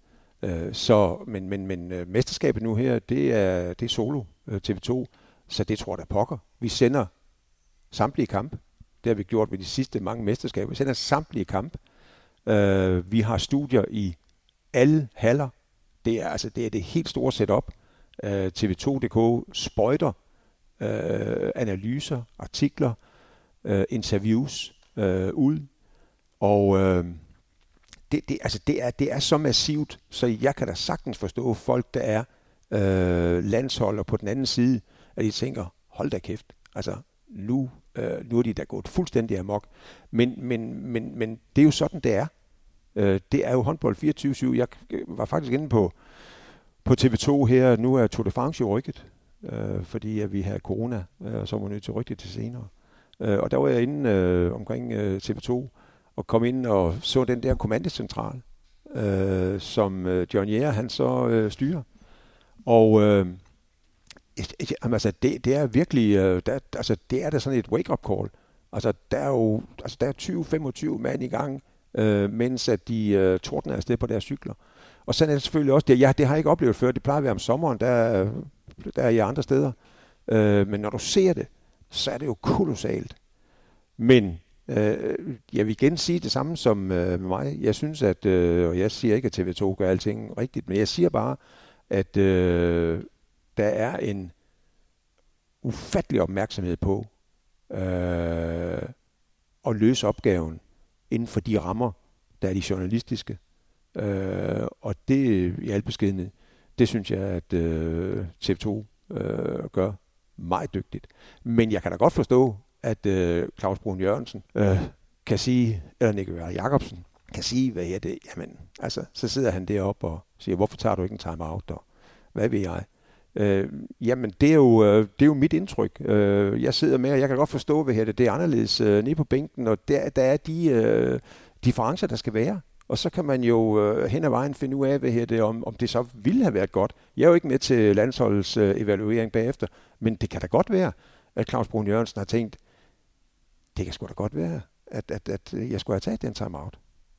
S3: Men mesterskabet nu her, det er solo TV2, så det tror jeg da pokker. Vi sender samtlige kampe. Det har vi gjort ved de sidste mange mesterskaber. Vi sender samtlige kampe. Vi har studier i alle haller. Det er det helt store setup. TV2.dk sprøjter analyser, artikler, interviews ud. Og det er så massivt, så jeg kan da sagtens forstå folk, der er landsholder på den anden side, at de tænker, hold da kæft, altså nu er de da gået fuldstændig amok. Men det er jo sådan, det er. Det er jo håndbold 24/7. Jeg var faktisk inde på TV2 her, nu er Tour de France jo rykket, fordi at vi har corona, så var vi nødt til at rykke det til senere. Og der var jeg inde omkring TV2, og kom ind og så den der kommandocentral, som John Jæger, han så styrer. Og altså, det er virkelig, det er da sådan et wake-up call. Altså, der er 20-25 mand i gang, mens at de tordner afsted på deres cykler. Og sådan er det selvfølgelig også. Det har jeg ikke oplevet før. Det plejer at være om sommeren, der er jeg andre steder. Men når du ser det, så er det jo kolossalt. Men jeg vil igen sige det samme som med mig. Jeg synes, at, og jeg siger ikke, at TV2 gør alting rigtigt, men jeg siger bare, at der er en ufattelig opmærksomhed på at løse opgaven inden for de rammer, der er de journalistiske. Og det i al beskedenhed, det synes jeg, at TV2 gør meget dygtigt. Men jeg kan da godt forstå, at Claus Brun Jørgensen kan sige, eller Nikolaj Jacobsen kan sige, hvad er det? Jamen, altså, så sidder han deroppe og siger, hvorfor tager du ikke en time-out? Og hvad ved jeg? Jamen, det er jo mit indtryk. Jeg sidder med, og jeg kan godt forstå, hvad det er anderledes nede på bænken, og der er de differencer, der skal være. Og så kan man jo hen ad vejen finde ud af, om det så ville have været godt. Jeg er jo ikke med til landsholdets evaluering bagefter, men det kan da godt være, at Claus Brun Jørgensen har tænkt, det kan sgu da godt være, at jeg skulle have taget den time-out.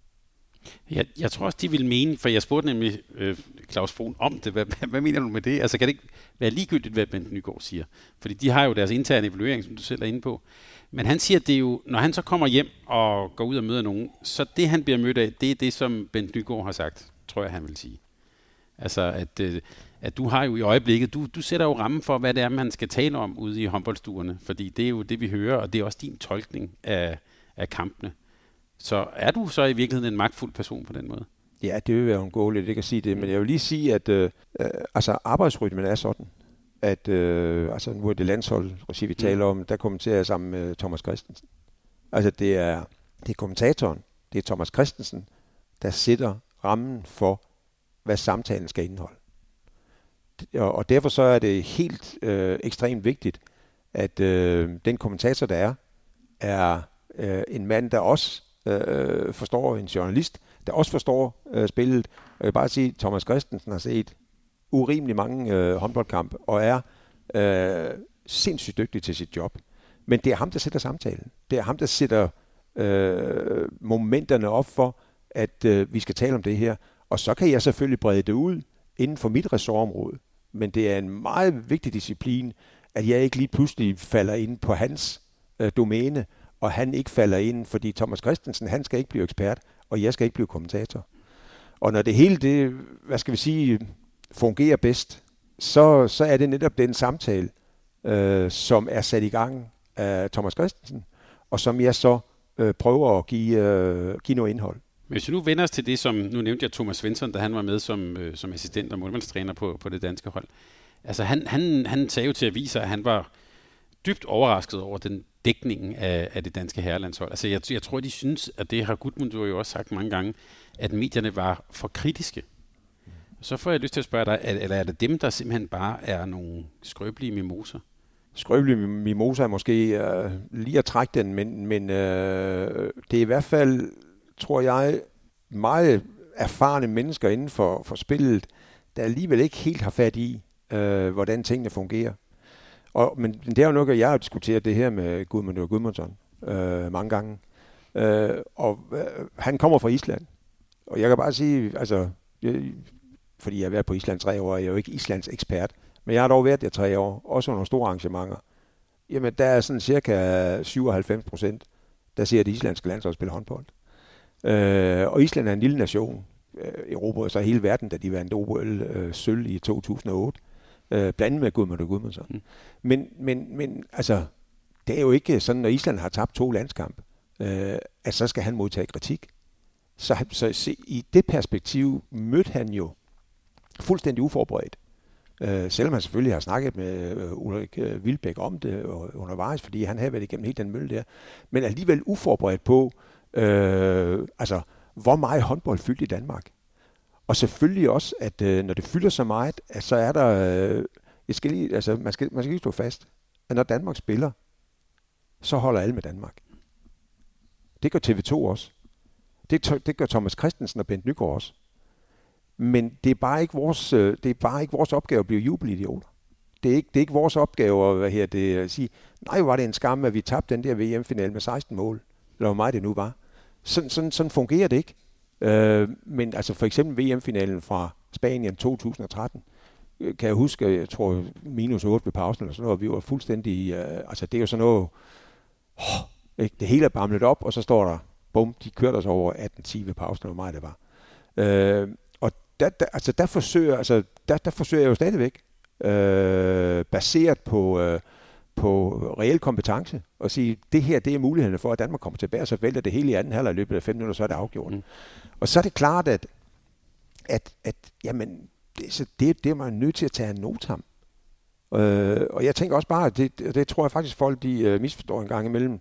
S2: Jeg tror også, de vil mene, for jeg spurgte nemlig Claus Brun om det. Hvad mener du med det? Altså kan det ikke være ligegyldigt, hvad Bent Nyegaard siger? Fordi de har jo deres interne evaluering, som du selv er inde på. Men han siger, at det er jo, når han så kommer hjem og går ud og møder nogen, så det han bliver mødt af, det er det, som Bent Nyegaard har sagt, tror jeg, han vil sige. Altså at du har jo i øjeblikket, du sætter jo rammen for, hvad det er, man skal tale om ude i håndboldstuerne, fordi det er jo det, vi hører, og det er også din tolkning af kampene. Så er du så i virkeligheden en magtfuld person på den måde?
S3: Ja, det vil være undgåeligt, ikke at sige det, men jeg vil lige sige, at arbejdsrytmen er sådan, at nu er det landshold, vi taler om, der kommenterer jeg sammen med Thomas Christensen. Altså det er kommentatoren, det er Thomas Christensen, der sætter rammen for, hvad samtalen skal indeholde. Og derfor så er det helt ekstremt vigtigt, at den kommentator, der er en mand, der også forstår, en journalist, der også forstår spillet. Jeg vil bare sige, at Thomas Christensen har set urimelig mange håndboldkampe, og er sindssygt dygtig til sit job. Men det er ham, der sætter samtalen. Det er ham, der sætter momenterne op for, at vi skal tale om det her. Og så kan jeg selvfølgelig brede det ud inden for mit ressortområde. Men det er en meget vigtig disciplin, at jeg ikke lige pludselig falder ind på hans domæne, og han ikke falder ind, fordi Thomas Christensen, han skal ikke blive ekspert, og jeg skal ikke blive kommentator. Og når det hele det, fungerer bedst, så er det netop den samtale, som er sat i gang af Thomas Christensen, og som jeg så prøver at give noget indhold.
S2: Men hvis vi nu vender os til det, som nu nævnte jeg Thomas Svensson, da han var med som assistent og målmandstræner på det danske hold. Altså han sagde jo til aviser, at han var dybt overrasket over den dækningen af det danske herrelandshold. Altså jeg tror, de synes, at det har Gudmund jo også sagt mange gange, at medierne var for kritiske. Så får jeg lyst til at spørge dig, eller er det dem, der simpelthen bare er nogle skrøbelige mimoser?
S3: Skrøbelige mimoser er måske lige at trække den, men det er i hvert fald, tror jeg, meget erfarne mennesker inden for spillet, der alligevel ikke helt har fat i, hvordan tingene fungerer. Men det er jo noget, jeg har diskuteret det her med Gudmund og Gudmundsson mange gange. Han kommer fra Island. Og jeg kan bare sige, fordi jeg har været på Island 3 år, jeg er jo ikke Islands ekspert, men jeg har dog været der 3 år, også under store arrangementer. Jamen, der er sådan cirka 97%, der siger, at det islandske landshold spiller håndbold. Og Island er en lille nation. Europa så hele verden, da de vandt OL sølv i 2008. Blandet med Gudmund og Gudmundsson. Men altså, det er jo ikke sådan, når Island har tabt 2 landskampe, at så skal han modtage kritik. Så i det perspektiv mødte han jo fuldstændig uforberedt. Selvom han selvfølgelig har snakket med Ulrik Wilbek om det undervejs, fordi han havde været igennem helt den mølle der, men alligevel uforberedt på, hvor meget håndbold fyldt i Danmark. Og selvfølgelig også, at når det fylder så meget, at så er der, man skal lige stå fast, at når Danmark spiller, så holder alle med Danmark. Det gør TV2 også. Det gør Thomas Christensen og Bent Nygaard også. Men det er bare ikke vores opgave at blive jubelidioter. Det er ikke vores opgave at sige, nej, var det en skam, at vi tabte den der VM-finale med 16 mål, eller hvor meget det nu var. Sådan fungerer det ikke. Men altså for eksempel VM-finalen fra Spanien 2013, kan jeg huske, jeg tror -8 ved pausen eller sådan noget, vi var fuldstændig, det er jo sådan noget, det hele er bamlet op, og så står der, bum, de kørte os over 18-10 ved pausen, hvor meget det var. Og der forsøger jeg jo stadigvæk, baseret på reel kompetence, og sige, det her, det er muligheden for, at Danmark kommer tilbage, og så vælter det hele i anden halvleg i løbet af 5 minutter, så er det afgjort. Og så er det klart, at jamen, det er man nødt til at tage en notam. Og jeg tænker også bare, at det tror jeg faktisk, folk de misforstår en gang imellem,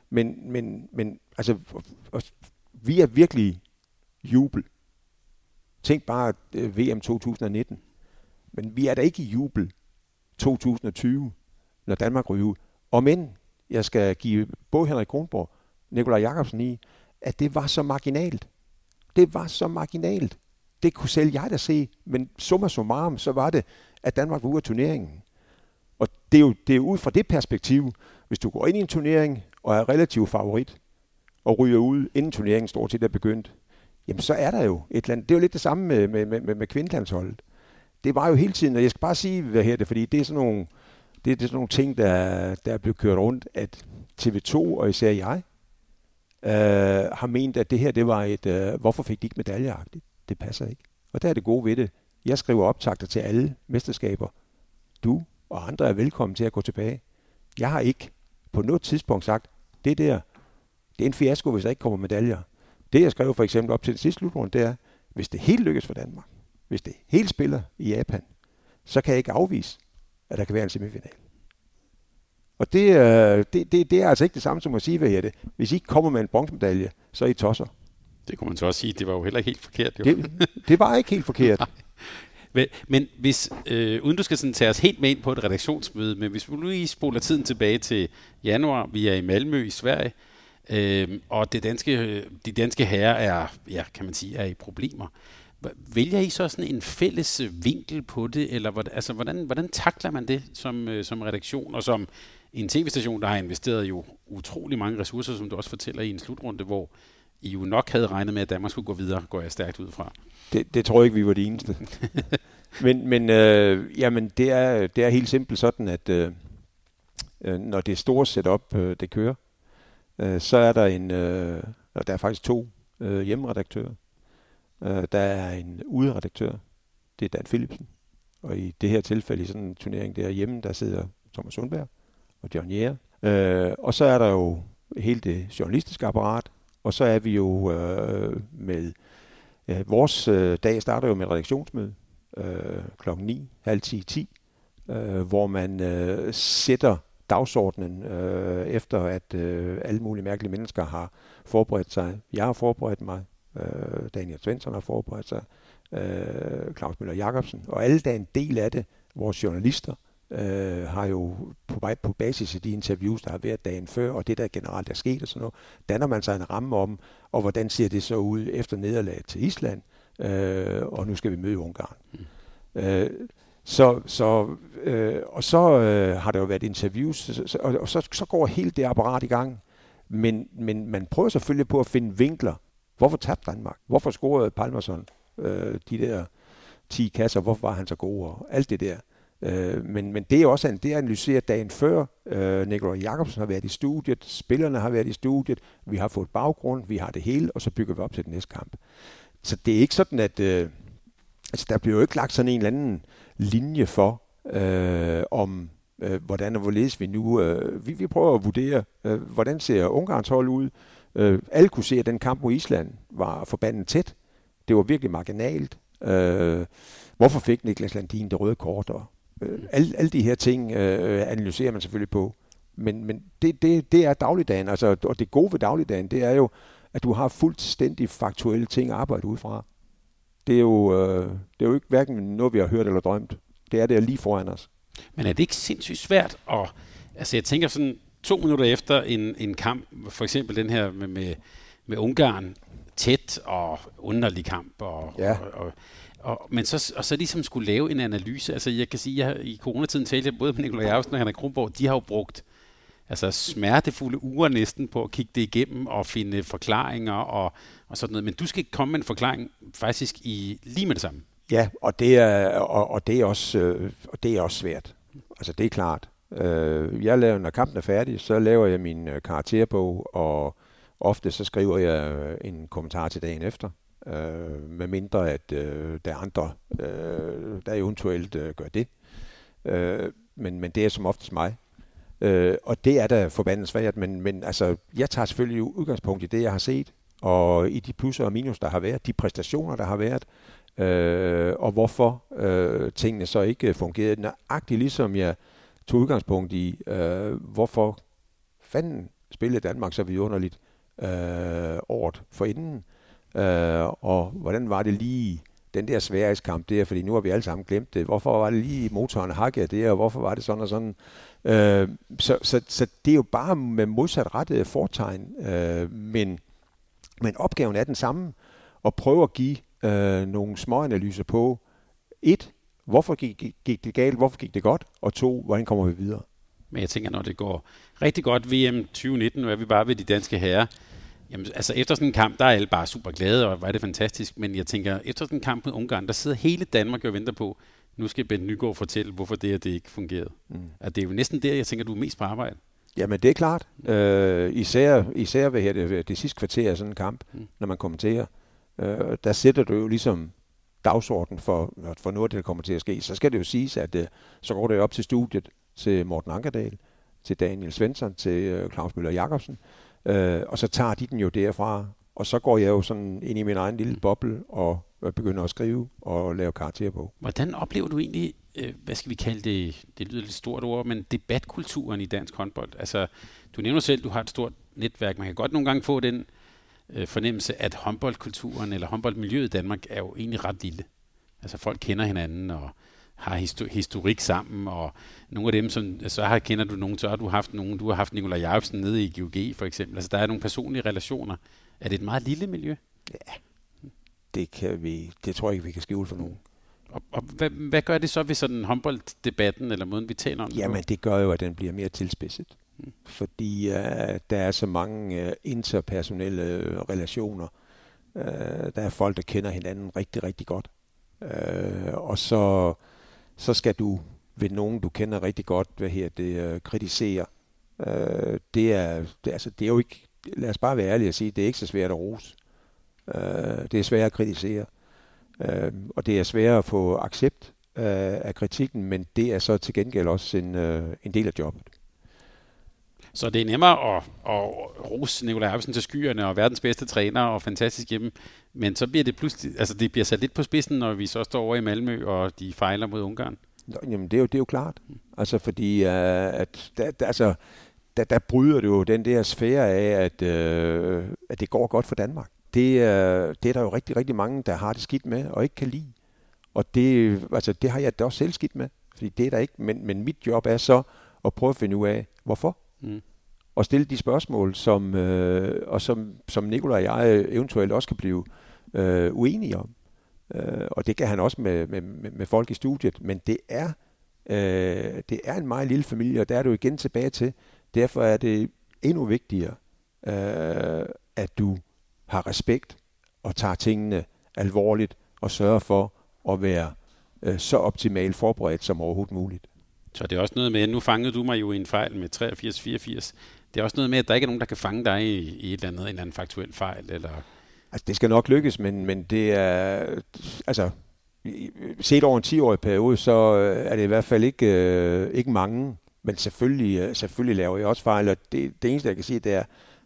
S3: men altså, vi er virkelig jubel. Tænk bare VM 2019. Men vi er da ikke i jubel 2020, når Danmark ryger ud. Og men jeg skal give både Henrik Kronborg, Nikolaj Jakobsen i, at det var så marginalt. Det var så marginalt. Det kunne selv jeg da se, men summa summarum, så var det, at Danmark var ude af turneringen. Og det er jo ud fra det perspektiv, hvis du går ind i en turnering og er relativ favorit, og ryger ud, inden turneringen stort set er begyndt, jamen så er der jo et eller andet. Det er jo lidt det samme med kvindelandsholdet. Det var jo hele tiden, og jeg skal bare sige, fordi det er sådan nogle ting, der er blevet kørt rundt, at TV2 og især jeg har ment, at det her, det var et, hvorfor fik de ikke medaljeagtigt? Det passer ikke. Og der er det gode ved det. Jeg skriver optakter til alle mesterskaber. Du og andre er velkommen til at gå tilbage. Jeg har ikke på noget tidspunkt sagt, det er en fiasko, hvis der ikke kommer medaljer. Det jeg skrev for eksempel op til den sidste slutrunde, det er, hvis det helt lykkes for Danmark, hvis det helt spiller i Japan, så kan jeg ikke afvise, at der kan være en semifinal. Og det er altså ikke det samme som at sige, hvis I ikke kommer med en bronzemedalje, så er I tosser.
S2: Det kunne man så også sige, det var jo heller ikke helt forkert. Jo.
S3: Det var ikke helt forkert.
S2: Men hvis, uden du skal sådan tage os helt med ind på et redaktionsmøde, men hvis vi nu lige spoler tiden tilbage til januar, vi er i Malmø i Sverige, og de danske herrer kan man sige, er i problemer. Vælger I så sådan en fælles vinkel på det, eller hvordan takler man det som redaktion, og som en tv-station, der har investeret jo utrolig mange ressourcer, som du også fortæller i en slutrunde, hvor I jo nok havde regnet med, at Danmark skulle gå videre, går jeg stærkt ud fra.
S3: Det tror jeg ikke, vi var de eneste. men det er helt simpelt sådan, at når det store setup, det kører, så er der der er faktisk 2 hjemmeredaktører. Der er en uderedaktør, det er Dan Philipsen. Og i det her tilfælde, i sådan en turnering der hjemme, der sidder Thomas Sundberg og John Jæger. Og så er der jo hele det journalistiske apparat, og så er vi jo med vores dag starter jo med et redaktionsmøde klokken 9, halv 10, hvor man sætter dagsordenen efter, at alle mulige mærkelige mennesker har forberedt sig. Jeg har forberedt mig, Daniel Svensson har forberedt sig, Claus Møller Jacobsen, og alle der er en del af det. Vores journalister har jo på basis af de interviews, der har været dagen før, og det der generelt er sket og sådan noget, danner man sig en ramme om, og hvordan ser det så ud efter nederlaget til Island, og nu skal vi møde Ungarn. Og så har der jo været interviews, og så går hele det apparat i gang, men man prøver selvfølgelig på at finde vinkler. Hvorfor tabte Danmark? Hvorfor scorede Palmerson de der 10 kasser? Hvorfor var han så god? Og alt det der. Men det er også det er analyseret dagen før. Nikolaj Jakobsen har været i studiet, spillerne har været i studiet, vi har fået baggrund, vi har det hele, og så bygger vi op til den næste kamp. Så det er ikke sådan, at der bliver jo ikke lagt sådan en eller anden linje for, om hvordan og hvorledes vi nu... Vi prøver at vurdere, hvordan ser Ungarns hold ud, Alle kunne se, at den kamp mod Island var forbandet tæt. Det var virkelig marginalt. Hvorfor fik Niklas Landin det røde kort? Og, alle de her ting analyserer man selvfølgelig på. Men det er dagligdagen. Altså, og det gode ved dagligdagen, det er jo, at du har fuldstændig faktuelle ting at arbejde ud fra. Det er jo ikke hverken noget, vi har hørt eller drømt. Det er det lige foran os.
S2: Men er det ikke sindssygt svært at... Altså, jeg tænker sådan 2 minutter efter en kamp, for eksempel den her med Ungarn, tæt og underlig kamp, men så ligesom skulle lave en analyse. Altså, jeg kan sige, at i coronatiden talte jeg både med Nikolaj Jacobsen og Henrik Kronborg, de har jo brugt smertefulde uger næsten på at kigge det igennem og finde forklaringer og sådan noget. Men du skal ikke komme med en forklaring faktisk lige med det samme.
S3: Ja, og det er også svært. Altså, det er klart. Når kampen er færdig, så laver jeg min karakterbog, og ofte så skriver jeg en kommentar til dagen efter. Med mindre at der er andre, der eventuelt gør det. Men det er som oftest mig. Og det er da forbandet svært, men altså, jeg tager selvfølgelig udgangspunkt i det, jeg har set, og i de plusser og minus, der har været, de præstationer, der har været, og hvorfor tingene så ikke fungerede nøjagtigt, ligesom jeg tog udgangspunkt i, hvorfor fanden spillede Danmark så vidunderligt året forinden, og hvordan var det lige den der Sverigeskamp der, fordi nu har vi alle sammen glemt det. Hvorfor var det lige motoren hakkede der, og hvorfor var det sådan og sådan? Så det er jo bare med modsat rettede fortegn, men opgaven er den samme, at prøve at give nogle små analyser på 1. Hvorfor gik det galt? Hvorfor gik det godt? Og 2. Hvordan kommer vi videre?
S2: Men jeg tænker, når det går rigtig godt VM 2019, nu er vi bare ved de danske herrer. Jamen, altså efter sådan en kamp, der er alle bare super glade, og var det fantastisk. Men jeg tænker, efter sådan en kamp med Ungarn, der sidder hele Danmark og venter på, nu skal Bent Nyegaard fortælle, hvorfor det ikke fungerede. At det er jo næsten der, jeg tænker, du er mest på arbejde.
S3: Jamen, det er klart. Især ved det sidste kvarter af sådan en kamp, når man kommenterer. Der sætter du jo ligesom dagsordenen for noget, der kommer til at ske. Så skal det jo siges, at så går det op til studiet, til Morten Ankerdal, til Daniel Svensson, til Claus Møller Jacobsen, og så tager de den jo derfra, og så går jeg jo sådan ind i min egen lille boble og begynder at skrive og lave karakterer på.
S2: Hvordan oplever du egentlig, hvad skal vi kalde det, det lyder lidt stort ord, men debatkulturen i dansk håndbold? Altså, du nævner selv, du har et stort netværk. Man kan godt nogle gange få den fornemmelse, at håndboldkulturen eller håndboldmiljøet i Danmark er jo egentlig ret lille. Altså, folk kender hinanden og har historik sammen, og nogle af dem, kender du nogen, så har du har haft Nikolaj Jacobsen nede i GOG for eksempel. Altså, der er nogle personlige relationer. Er det et meget lille miljø?
S3: Ja, det tror jeg ikke, vi kan skjule for nogen.
S2: Og hvad gør det så ved sådan håndbolddebatten, eller måden, vi taler om det?
S3: Jamen, det gør jo, at den bliver mere tilspidset. Fordi der er så mange interpersonelle relationer. Der er folk, der kender hinanden rigtig, rigtig godt. Og så skal du ved nogen, du kender rigtig godt, kritisere. Det er jo ikke, lad os bare være ærlige og sige, det er ikke så svært at rose. Det er svært at kritisere. Og det er svært at få accept af kritikken, men det er så til gengæld også en del af jobbet.
S2: Så det er nemmere at rose Nikolaj Jacobsen til skyerne og verdens bedste træner og fantastisk hjemme, men så bliver det pludselig, altså det bliver sat lidt på spidsen, når vi så står over i Malmø, og de fejler mod Ungarn.
S3: Jamen det er jo klart. Altså fordi der bryder det jo den der sfære af, at det går godt for Danmark. Det er der jo rigtig, rigtig mange, der har det skidt med og ikke kan lide. Og det har jeg da også selv skidt med, fordi det er der ikke. Men mit job er så at prøve at finde ud af, hvorfor. Og stille de spørgsmål, som Nikolaj og jeg eventuelt også kan blive uenige om. Og det kan han også med folk i studiet. Men det er en meget lille familie, og der er du igen tilbage til. Derfor er det endnu vigtigere, at du har respekt og tager tingene alvorligt og sørger for at være så optimalt forberedt som overhovedet muligt.
S2: Så det er også noget med, nu fangede du mig jo i en fejl med 83-84. Det er også noget med, at der ikke er nogen, der kan fange dig i en eller anden faktuel fejl, eller...
S3: Altså, det skal nok lykkes, men det er... Altså, set over en 10-årig periode, så er det i hvert fald ikke mange, men selvfølgelig laver jeg også fejl, og det eneste, jeg kan sige, det er,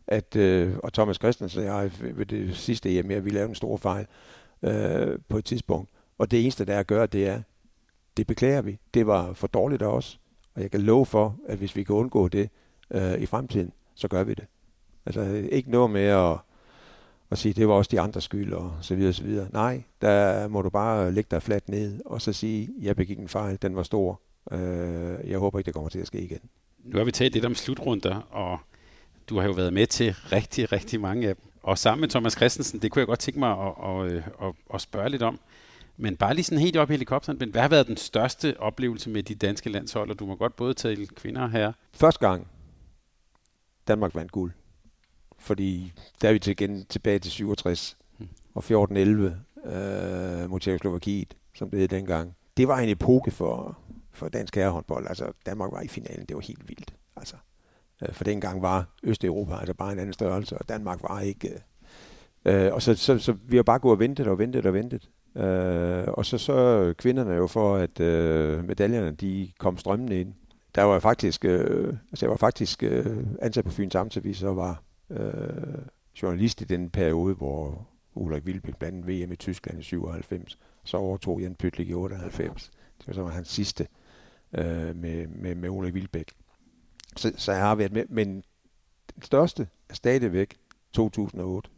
S3: og Thomas Christensen og jeg ved det sidste EM, vi lavede en stor fejl på et tidspunkt. Og det eneste, der er at gøre, det beklager vi. Det var for dårligt af os. Og jeg kan love for, at hvis vi kan undgå det i fremtiden, så gør vi det. Altså ikke noget med at sige, det var også de andres skyld og så videre, så videre. Nej, der må du bare lægge dig fladt ned og så sige, jeg begik en fejl, den var stor. Jeg håber ikke, det kommer til at ske igen.
S2: Nu har vi talt lidt om slutrunder, og du har jo været med til rigtig, rigtig mange af dem. Og sammen med Thomas Christensen, det kunne jeg godt tænke mig at spørge lidt om. Men bare lige sådan helt op i helikopteren, hvad har været den største oplevelse med de danske landshold? Og du må godt både tale kvinder og herrer.
S3: Første gang, Danmark vandt guld. Fordi der er vi tilbage til 67 og 14-11 mod Tjekkoslovakiet, som det hed dengang. Det var en epoke for dansk herrehåndbold. Altså, Danmark var i finalen, det var helt vildt. Altså, for dengang var Østeuropa altså bare en anden størrelse, og Danmark var ikke... og så vi har bare gået og ventet. Og så kvinderne jo for, at medaljerne de kom strømmende ind. Der var jeg var faktisk ansat på Fyns Amtsavis og var journalist i den periode, hvor Ulrik Wilbek blandt VM i Tyskland i 97. Så overtog Jan Pytlik i 98. Det var så hans sidste med Ulrik Wilbek. Så jeg har været med, men den største er stadigvæk 2008.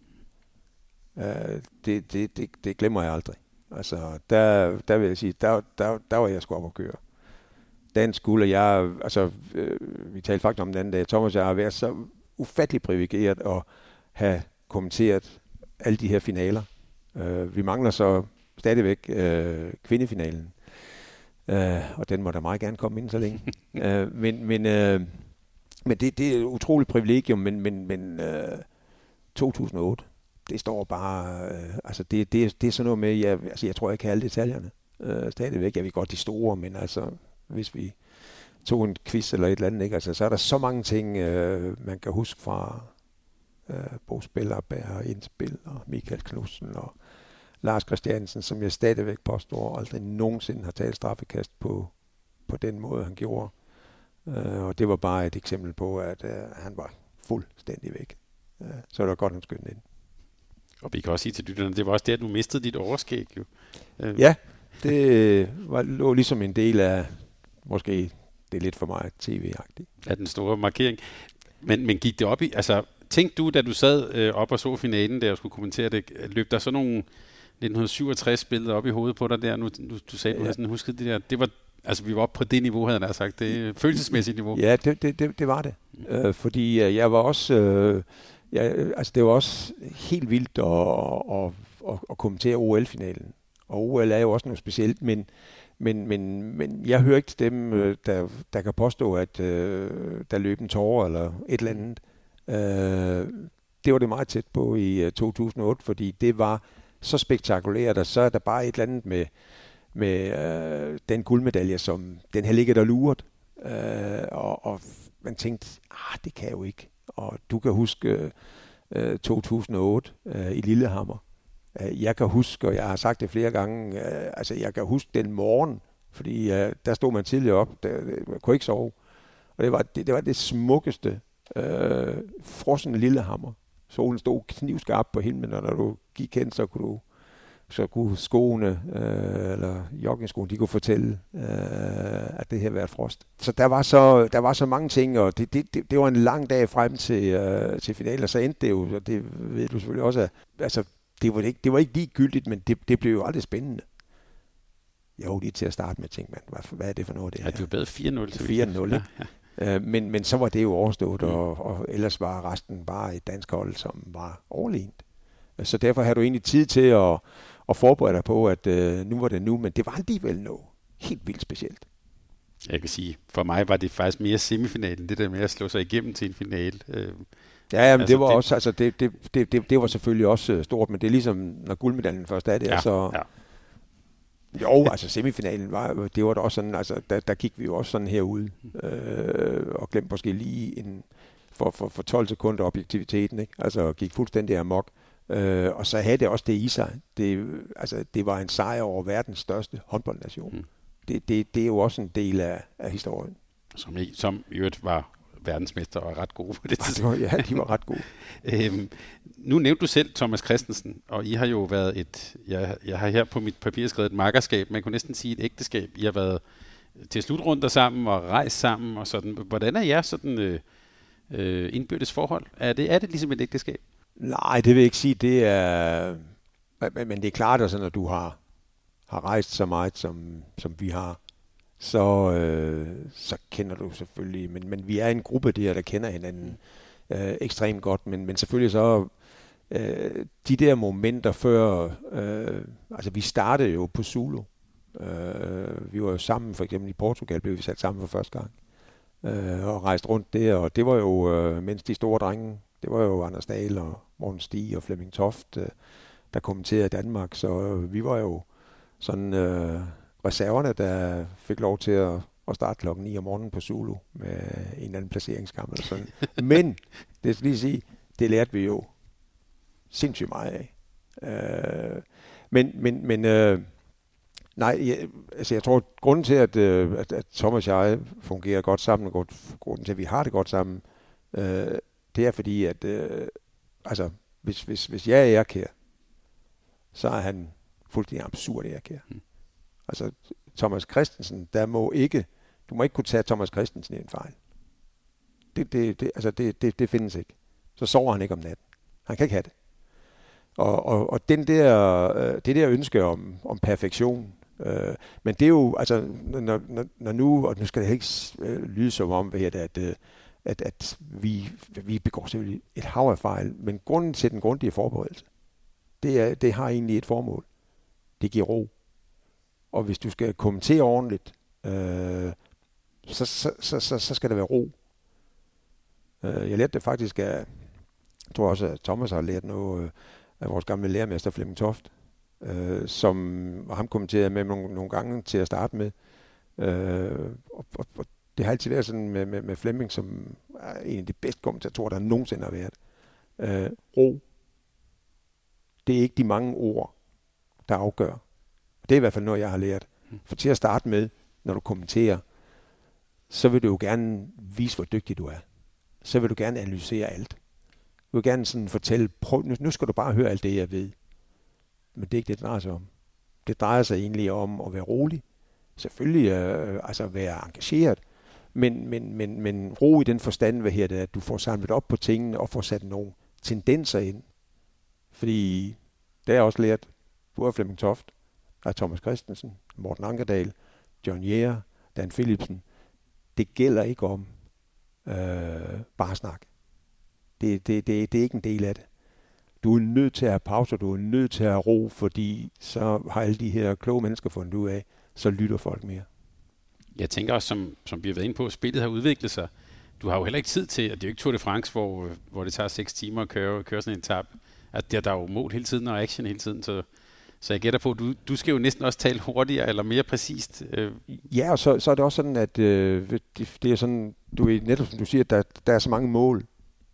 S3: Det glemmer jeg aldrig. Altså, der vil jeg sige, der var jeg sgu op at køre. Dansk guld, og jeg, altså, vi talte faktisk om den anden dag, Thomas og jeg har været så ufattelig privilegeret at have kommenteret alle de her finaler. Vi mangler så stadigvæk kvindefinalen, og den må der meget gerne komme ind så længe. Men det er et utroligt privilegium, men 2008, det står bare, altså det er sådan noget med, jeg tror jeg kan alle detaljerne stadigvæk. Jeg ved godt de store, men altså hvis vi tog en quiz eller et eller andet, ikke? Altså, så er der så mange ting, man kan huske fra Bo Spillerberg, Indspil og Michael Knudsen og Lars Christiansen, som jeg stadigvæk påstår aldrig nogensinde har taget straffekast på den måde, han gjorde. Og det var bare et eksempel på, at han var fuldstændig væk. Så er det godt, han skød den ind.
S2: Og vi kan også sige til lytterne, det var også der, du mistede dit overskæg. Jo.
S3: Ja, det lå ligesom en del af, måske det er lidt for meget tv-agtigt.
S2: Af den store markering. Men gik det op i, altså tænkte du, da du sad op og så finalen der og skulle kommentere det, løb der så nogle 1967 billeder op i hovedet på dig der? Nu du sagde, du havde sådan husket det der. Det var, altså vi var oppe på det niveau, havde jeg sagt. Det er følelsesmæssigt niveau.
S3: Ja, det var det. Fordi jeg var også... altså det var også helt vildt at kommentere OL-finalen. Og OL er jo også noget specielt, men jeg hører ikke til dem, der kan påstå, at der løb en tårer eller et eller andet. Det var det meget tæt på i 2008, fordi det var så spektakulært, og så er der bare et eller andet med den guldmedalje, som den her ligger der luret. Og man tænkte, det kan jeg jo ikke. Og du kan huske 2008 i Lillehammer. Jeg kan huske, og jeg har sagt det flere gange, altså jeg kan huske den morgen, fordi der stod man tidligere op, der kunne ikke sove. Og det var det smukkeste frosne Lillehammer. Solen stod knivskarp på himlen, og når du gik hen, så kunne skoene, eller joggingskoene, de kunne fortælle, at det her var frost. Så der var så mange ting, og det var en lang dag frem til finalen, og så endte det jo, og det ved du selvfølgelig også, altså det var ikke ligegyldigt, men det blev jo aldrig spændende. Jo, lige til at starte med at tænke, hvad er det for noget, det her?
S2: Ja, det var bedre 4-0.
S3: 4-0, ja. Men så var det jo overstået, og ellers var resten bare et dansk hold, som var overlegent. Så derfor havde du egentlig tid til at forberede dig på, at nu var det nu, men det var alligevel noget helt vildt specielt.
S2: Jeg kan sige, for mig var det faktisk mere semifinalen, det der med at slå sig igennem til en finale.
S3: Ja, men altså, det var også, altså det var selvfølgelig også stort, men det er ligesom, når guldmedaljen først er det,
S2: ja,
S3: så...
S2: Ja.
S3: Jo, altså semifinalen det var da også sådan, altså der gik vi jo også sådan herude, og glemte måske lige for 12 sekunder objektiviteten, ikke? Altså gik fuldstændig amok. Og så havde det også det i sig. Det var en sejr over verdens største håndboldnation. Det er jo også en del af historien.
S2: Som i øvrigt var verdensmester og er ret gode på det tidspunkt.
S3: Ja, de var ret gode.
S2: Nu nævnte du selv Thomas Christensen, og I har jo været jeg har her på mit papir skrevet et makkerskab, man kunne næsten sige et ægteskab. I har været til slutrunder sammen og rejst sammen og sådan. Hvordan er jeres sådan indbyrdes forhold? Er det ligesom et ægteskab?
S3: Nej, det vil jeg ikke sige. Det er, men det er klart, at når du har rejst så meget, som vi har, så kender du selvfølgelig. Men vi er en gruppe der kender hinanden ekstremt godt. Men selvfølgelig så de der momenter før, altså vi startede jo på Zulu. Vi var jo sammen, for eksempel i Portugal blev vi sat sammen for første gang. Og rejste rundt der, og det var jo, mens de store drenge, det var jo Anders Dahl og Morten Stig og Flemming Toft, der kommenterede Danmark, så vi var jo sådan reserverne, der fik lov til at starte klokken 9 om morgenen på Zulu med en eller anden placeringskamp eller sådan. Men, det skal lige sige, det lærte vi jo sindssygt meget af. Nej, altså jeg tror, grunden til, at Thomas og jeg fungerer godt sammen, og grunden til, at vi har det godt sammen, det er fordi, at altså, hvis jeg er ærkær, så er han fuldstændig absurd ærkær. Altså, Thomas Christensen, du må ikke kunne tage Thomas Christensen i en fejl. Det findes ikke. Så sover han ikke om natten. Han kan ikke have det. Og det der ønske om perfektion, men det er jo, altså, når nu, og nu skal det ikke lyde som om, at vi begår selvfølgelig et hav af fejl, men grunden til den grundige forberedelse, det har egentlig et formål. Det giver ro. Og hvis du skal kommentere ordentligt, så skal der være ro. Jeg lærte det faktisk af, jeg tror også, at Thomas har lært noget af vores gamle lærermester Flemming Toft, som ham kommenterede med nogle gange til at starte med. Og det har altid været sådan med Flemming, som er en af de bedste kommentatorer, der nogensinde har været. Ro. Det er ikke de mange ord, der afgør. Det er i hvert fald noget, jeg har lært. For til at starte med, når du kommenterer, så vil du jo gerne vise, hvor dygtig du er. Så vil du gerne analysere alt. Du vil gerne sådan fortælle, nu skal du bare høre alt det, jeg ved. Men det er ikke det, det drejer sig om. Det drejer sig egentlig om at være rolig. Selvfølgelig altså være engageret. Men ro i den forstand, at du får samlet op på tingene og får sat nogle tendenser ind. Fordi det har jeg også lært. Du har Flemming Toft, der er Thomas Christensen, Morten Ankerdal, John Jæger, Dan Philipsen. Det gælder ikke om bare snak. Det er ikke en del af det. Du er nødt til at have pauser, du er nødt til at have ro, fordi så har alle de her kloge mennesker fundet ud af, så lytter folk mere.
S2: Jeg tænker også, som vi har været inde på, spillet har udviklet sig. Du har jo heller ikke tid til, at det er jo ikke Tour de France, hvor det tager 6 timer at køre sådan en etape. At der er jo mål hele tiden og action hele tiden, så jeg gætter på, at du skal jo næsten også tale hurtigere eller mere præcist.
S3: Ja, og så er det også sådan, at det er sådan, du ved, netop som du siger, at der er så mange mål.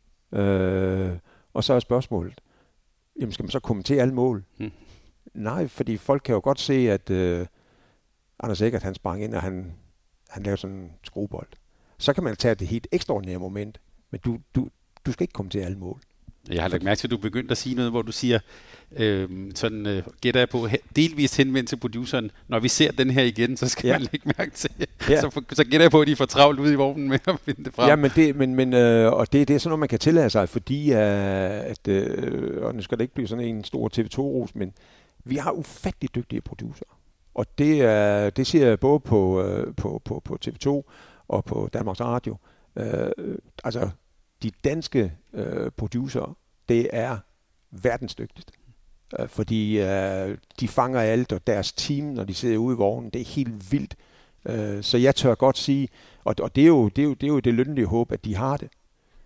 S3: Og så er spørgsmålet, jamen skal man så kommentere alle mål? Nej, fordi folk kan jo godt se, at Anders Eggert, han sprang ind, og han lavede sådan en skruebold. Så kan man tage det helt ekstraordinære moment, men du skal ikke kommentere alle mål.
S2: Jeg har lagt mærke til, at du begyndte at sige noget, hvor du siger, gætter jeg på, delvist henvendt til produceren, når vi ser den her igen, så skal man lægge mærke til. Ja. Så gætter jeg på, at de får travlt ude i vognen med at finde det frem.
S3: Ja, men og det er sådan noget, man kan tillade sig, fordi og nu skal det ikke blive sådan en stor TV2-ros, men vi har ufattelig dygtige producer. Og det ser jeg både på TV2 og på Danmarks Radio. Altså, de danske producer, det er verdens dygtigste. Fordi de fanger alt, og deres team, når de sidder ude i vognen, det er helt vildt. Så jeg tør godt sige, og det er jo det lønlige håb, at de har det.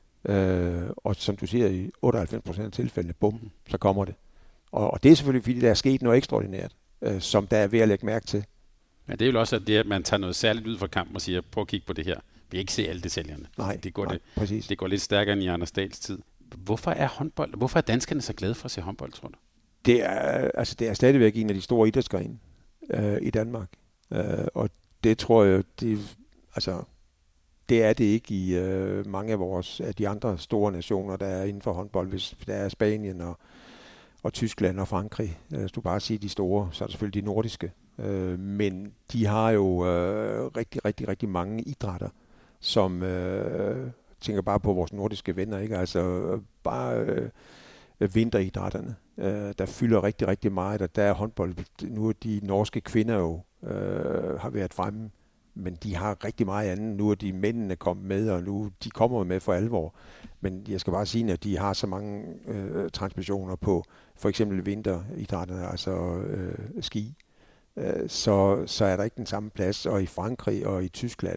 S3: Og som du siger, i 98% af tilfældene, bum, så kommer det. Og det er selvfølgelig, fordi der er sket noget ekstraordinært, som der er ved at lægge mærke til.
S2: Men det er jo også, at man tager noget særligt ud fra kampen og siger, prøv at kigge på det her. Vi kan ikke se alle detaljerne.
S3: Nej,
S2: det går lidt stærkere end i Anders Dahls tid. Hvorfor er danskerne så glade for at se håndbold, tror du?
S3: Det er stadigvæk en af de store idrætsgrene det i Danmark. Og det tror jeg, det det er det ikke i mange af de andre store nationer, der er inden for håndbold. Hvis der er Spanien og Tyskland og Frankrig, hvis du bare siger de store, så er det selvfølgelig de nordiske. Men de har jo rigtig, rigtig, rigtig mange idrætter, som tænker bare på vores nordiske venner, ikke? Altså bare vinteridrætterne, der fylder rigtig, rigtig meget, og der er håndbold. Nu er de norske kvinder jo har været fremme, men de har rigtig meget andet. Nu er de mændene kommet med, og nu de kommer med for alvor. Men jeg skal bare sige, at de har så mange transmissioner på for eksempel vinteridrætterne, altså ski. Så er der ikke den samme plads. Og i Frankrig og i Tyskland,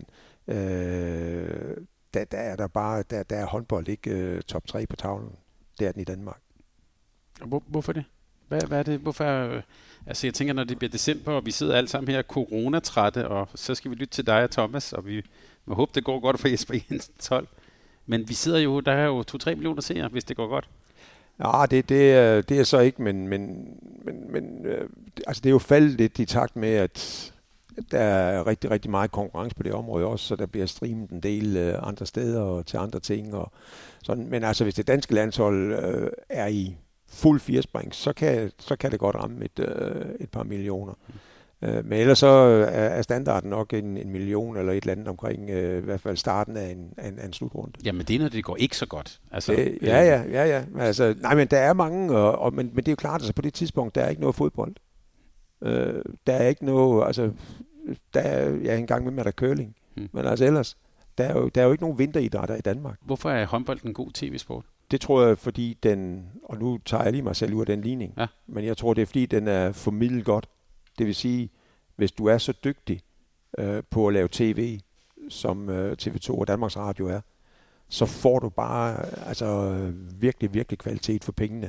S3: der er håndbold ikke top 3 på tavlen. Det er den i Danmark.
S2: Hvorfor det? Hvad er det? Hvorfor? Altså jeg tænker, når det bliver december, og vi sidder alle sammen her coronatrætte, og så skal vi lytte til dig og Thomas, og vi må håbe, det går godt for Jesper Jensen 12. Men vi sidder jo, der er jo 2-3 millioner seere, hvis det går godt.
S3: Ja, det er så ikke, men altså det er jo faldet lidt i takt med, at der er rigtig, rigtig meget konkurrence på det område også, så der bliver streamet en del andre steder og til andre ting. Og sådan. Men altså, hvis det danske landshold er i fuld firespring, så kan det godt ramme et par millioner. Men ellers så er standarden nok en million eller et eller andet omkring i hvert fald starten af en slutrunde.
S2: Jamen det er, når det går ikke så godt. Altså,
S3: ja. Altså, nej, men der er mange, men det er jo klart, altså på det tidspunkt, der er ikke noget fodbold. Der er ikke noget, altså, jeg er engang med der curling, men altså ellers, der er jo ikke nogen vinteridrætter i Danmark.
S2: Hvorfor er håndbold en god tv-sport?
S3: Det tror jeg, fordi og nu tager jeg lige mig selv ud af den ligning, men jeg tror, det er fordi, den er formidlet godt. Det vil sige, hvis du er så dygtig på at lave tv, som TV2 og Danmarks Radio er, så får du bare virkelig, virkelig kvalitet for pengene.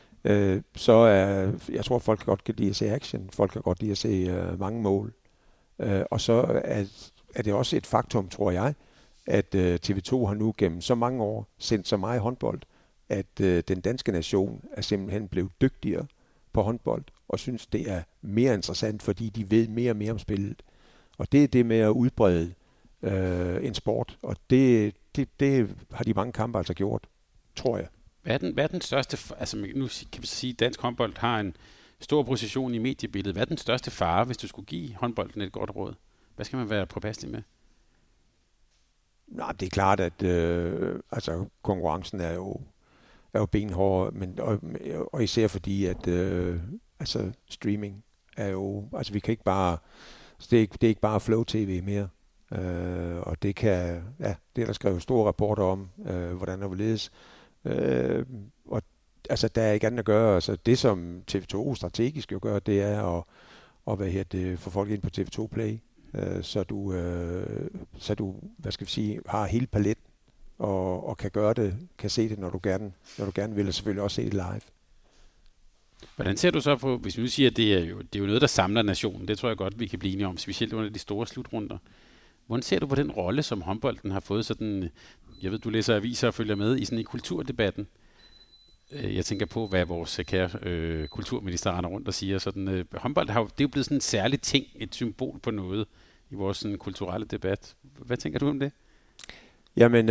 S3: Jeg tror, folk godt kan lide at se action. Folk kan godt lide at se mange mål. Og så er det også et faktum, tror jeg, at TV2 har nu gennem så mange år sendt så meget håndbold, at den danske nation er simpelthen blevet dygtigere på håndbold, og synes, det er mere interessant, fordi de ved mere og mere om spillet. Og det er det med at udbrede en sport, og det har de mange kampe altså gjort, tror jeg.
S2: Hvad er den største, altså nu kan vi sige, at dansk håndbold har en stor position i mediebilledet. Hvad er den største fare, hvis du skulle give håndbolden et godt råd? Hvad skal man være påpasselig med?
S3: Nej, det er klart, at konkurrencen er jo benhård, men og især fordi, at streaming er jo, altså vi kan ikke bare, det er ikke bare Flow TV mere, og det kan, det er der skrevet store rapporter om, hvordan der vil ledes, og altså der er ikke andet at gøre, altså det som TV2 strategisk jo gør, det er at få folk ind på TV2 Play, så du, hvad skal vi sige, har hele paletten, og kan gøre det, kan se det, når du gerne vil, og selvfølgelig også se det live.
S2: Hvordan ser du så på, hvis vi nu siger, at det er jo noget, der samler nationen, det tror jeg godt, vi kan blive enige om, specielt under de store slutrunder. Hvordan ser du på den rolle, som håndbolden har fået sådan, jeg ved, du læser aviser og følger med i sådan i kulturdebatten? Jeg tænker på, hvad vores kære kulturminister render rundt og siger. Sådan, håndbold det er jo blevet sådan en særlig ting, et symbol på noget i vores sådan, kulturelle debat. Hvad tænker du om det?
S3: Jamen,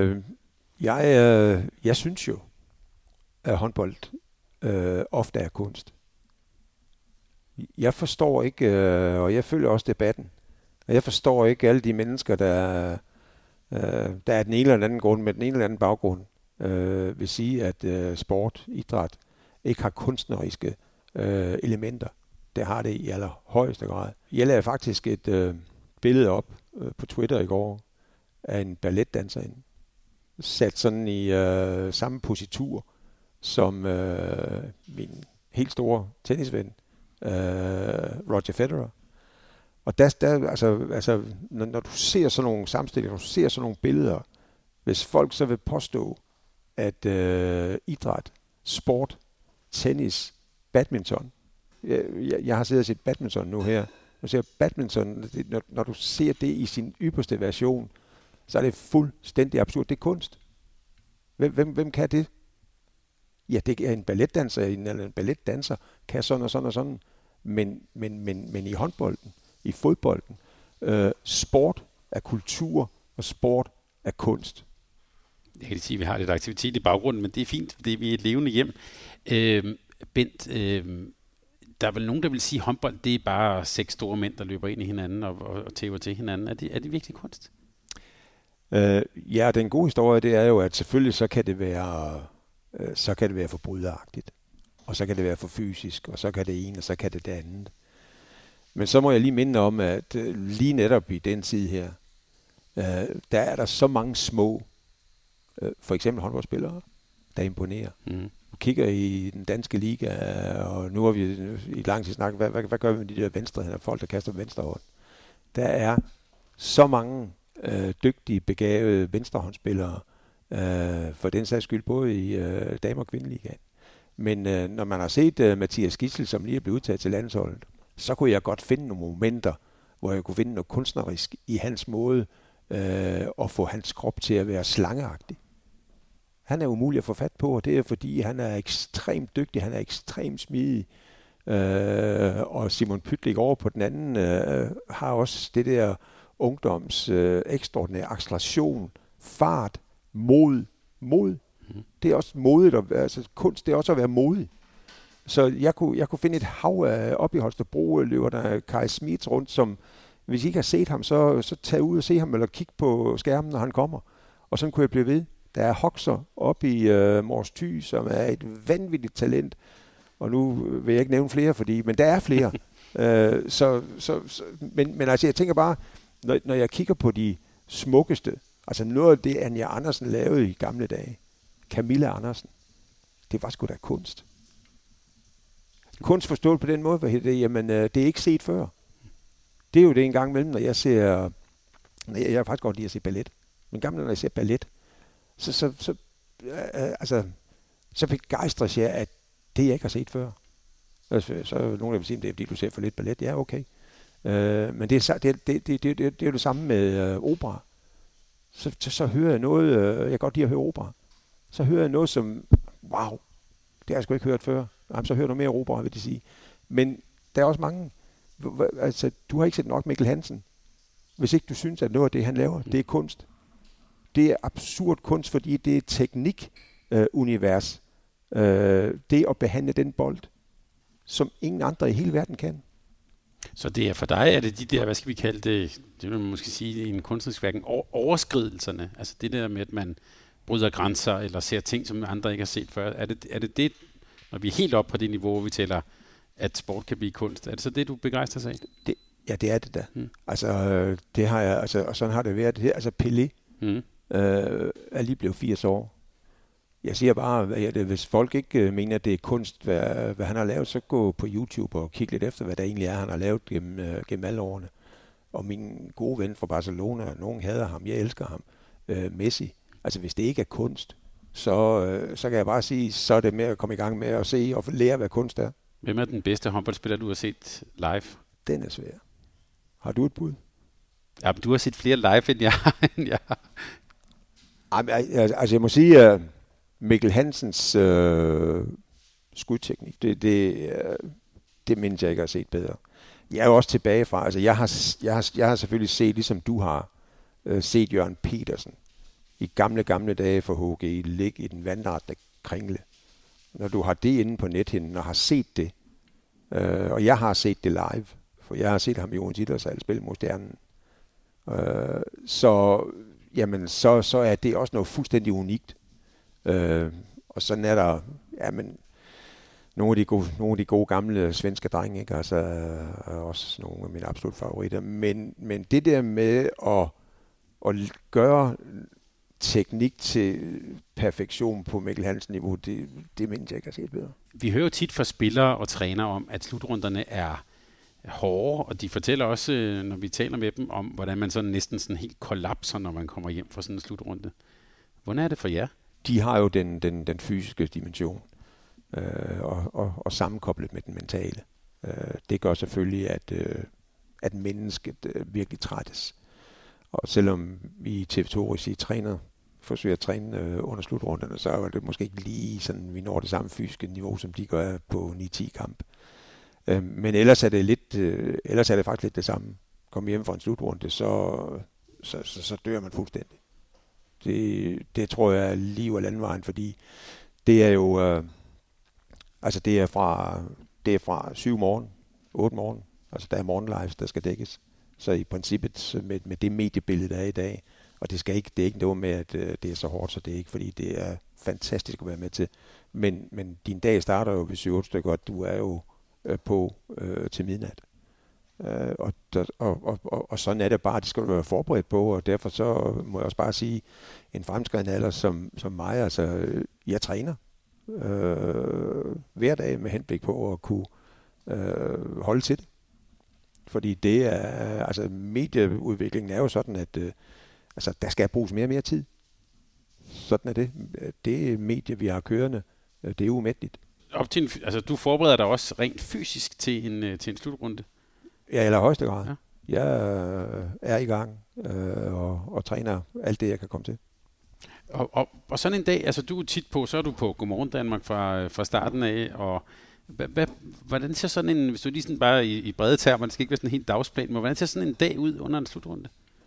S3: jeg synes jo, at håndbold ofte er kunst. Jeg forstår ikke, og jeg følger også debatten, og jeg forstår ikke alle de mennesker, der er den ene eller anden grund, med den ene eller anden baggrund, vil sige, at sport, idræt, ikke har kunstneriske elementer. Det har det i allerhøjeste grad. Jeg lavede faktisk et billede op på Twitter i går, af en balletdanser sat sådan i samme positur som min helt store tennisven Roger Federer. Og når du ser sådan nogle samstillinger, når du ser sådan nogle billeder, hvis folk så vil påstå, at idræt, sport, tennis, badminton, jeg har siddet og set badminton nu her, når du ser det i sin ypperste version, så er det fuldstændig absurd. Det er kunst. Hvem kan det? Ja, det er en balletdanser, eller en balletdanser kan sådan og sådan og sådan. Men i håndbolden, i fodbolden, sport er kultur, og sport er kunst.
S2: Jeg kan sige, at vi har lidt aktivitet i baggrunden, men det er fint, fordi vi er et levende hjem. Bent, der er vel nogen, der vil sige, at håndbold, det er bare 6 store mænd, der løber ind i hinanden og tæver til hinanden. Er det virkelig kunst?
S3: Ja, den gode historie, det er jo, at selvfølgelig så kan det være for bryderagtigt, og så kan det være for fysisk, og så kan det ene, og så kan det det andet. Men så må jeg lige minde om, at lige netop i den tid her, der er der så mange små, for eksempel håndboldspillere, der imponerer. Du kigger i den danske liga, og nu har vi i lang tid snakket, hvad gør vi med de der venstrehænder, folk der kaster venstre hånd. Der er så mange dygtige, begavede venstrehåndspillere, for den sags skyld, både i dame- og kvindeligaen. Men når man har set Mathias Gidsel, som lige er blevet udtaget til landsholdet, så kunne jeg godt finde nogle momenter, hvor jeg kunne finde noget kunstnerisk i hans måde at få hans krop til at være slangeagtig. Han er umulig at få fat på, og det er fordi, han er ekstremt dygtig, han er ekstremt smidig. Og Simon Pytlik over på den anden har også det der ungdoms ekstraordinære acceleration, fart, mod. Det er også modigt, altså kunst, det er også at være modig. Så jeg kunne finde et hav af, op i Holstebro løber der Kai Smith rundt, som hvis I ikke har set ham, så tag ud og se ham, eller kig på skærmen, når han kommer. Og sådan kunne jeg blive ved. Der er Hoxer oppe i Mors Thy, som er et vanvittigt talent. Og nu vil jeg ikke nævne flere, men der er flere. Men altså, jeg tænker bare, når jeg kigger på de smukkeste, altså noget af det, Anja Andersen lavede i gamle dage, Camilla Andersen, det var sgu da kunst. Kunst forstået på den måde, jamen, det er ikke set før. Det er jo det en gang imellem, når jeg ser, jeg er faktisk godt lide at se ballet, men gamle, når jeg ser ballet, så begejstres jeg, at det jeg ikke har set før. Så er nogen, der vil sige, at det er fordi, du ser for lidt ballet. Ja, okay. Men det er jo det samme med opera. Så hører jeg noget, jeg kan godt lide at høre opera. Så hører jeg noget som, wow, det har jeg sgu ikke hørt før. Jamen, så hører du mere opera, vil de sige. Men der er også mange, altså du har ikke set nok Mikkel Hansen, hvis ikke du synes, at noget af det, han laver, det er kunst. Det er absurd kunst, fordi det er teknik-univers. Det at behandle den bold, som ingen andre i hele verden kan.
S2: Så det er for dig, er det de der, hvad skal vi kalde det, det vil man måske sige i en kunstnerisk værken, overskridelserne, altså det der med, at man bryder grænser, eller ser ting, som andre ikke har set før. Er det, når vi er helt oppe på det niveau, hvor vi taler, at sport kan blive kunst, er det så det, du begejstrer sig af?
S3: Ja, det er det da. Altså, det har jeg, altså, og sådan har det været. Altså, Pelé er lige blevet 80 år. Jeg siger bare, at hvis folk ikke mener, at det er kunst, hvad han har lavet, så gå på YouTube og kig lidt efter, hvad der egentlig er, han har lavet gennem alle årene. Og min gode ven fra Barcelona, nogen hader ham, jeg elsker ham, Messi. Altså, hvis det ikke er kunst, så kan jeg bare sige, så er det med at komme i gang med at se og lære, hvad kunst er.
S2: Hvem er den bedste håndboldspiller, du har set live?
S3: Den er svær. Har du et bud?
S2: Ja, men du har set flere live, end jeg har.
S3: Altså, jeg må sige, at Mikkel Hansens skudteknik, det mindes jeg ikke har set bedre. Jeg er jo også tilbage fra, altså jeg har selvfølgelig set, ligesom du har, set Jørgen Petersen i gamle dage for HG ligge i den vandartede kringle. Når du har det inde på nethinden og har set det, og jeg har set det live, for jeg har set ham i Odense Idrætshal spille mod Stjernen, så er det også noget fuldstændig unikt. Og sådan er der, nogle af de gode gamle svenske drenge, ikke? Altså også nogle af mine absolut favoritter. Men det der med at gøre teknik til perfektion på Mikkel Hansen niveau, det mener jeg ikke har set bedre.
S2: Vi hører jo tit fra spillere og trænere om, at slutrunderne er hårde, og de fortæller også, når vi taler med dem, om hvordan man sådan næsten sådan helt kollapser, når man kommer hjem fra sådan en slutrunde. Hvordan er det for jer?
S3: De har jo den fysiske dimension, og sammenkoblet med den mentale. Det gør selvfølgelig, at mennesket virkelig trættes. Og selvom vi i TV2 forsøger at træne under slutrunderne, så er det måske ikke lige sådan, vi når det samme fysiske niveau, som de gør på 9-10 kamp. Men ellers er det faktisk lidt det samme. Kom hjem fra en slutrunde, så dør man fuldstændig. Det tror jeg er liv og landvejen, fordi det er jo, det er fra 7 morgen, 8 morgen, altså der er morgenlives, der skal dækkes. Så i princippet med det mediebillede, der er i dag, og det er ikke noget med, at det er så hårdt, så det er ikke, fordi det er fantastisk at være med til. Men din dag starter jo ved 7 stykker, og du er jo på til midnat. Og sådan er det bare, det skal du være forberedt på, og derfor så må jeg også bare sige, en fremskreden alder som mig, altså jeg træner hver dag med henblik på at kunne holde til det. Fordi det er, altså medieudviklingen er jo sådan, at der skal bruges mere og mere tid. Sådan er det. Det medie, vi har kørende, det er umætteligt.
S2: Du forbereder dig også rent fysisk til en slutrunde?
S3: Ja, i allerhøjeste grad. Ja. Jeg er i gang og træner alt det, jeg kan komme til.
S2: Og sådan en dag, altså du er tit på, så er du på Godmorgen Danmark fra starten af, og hvordan ser sådan en, hvis du lige sådan bare i brede termer, det skal ikke være sådan en helt dagsplan, men hvordan ser sådan en dag ud under en slutrunde?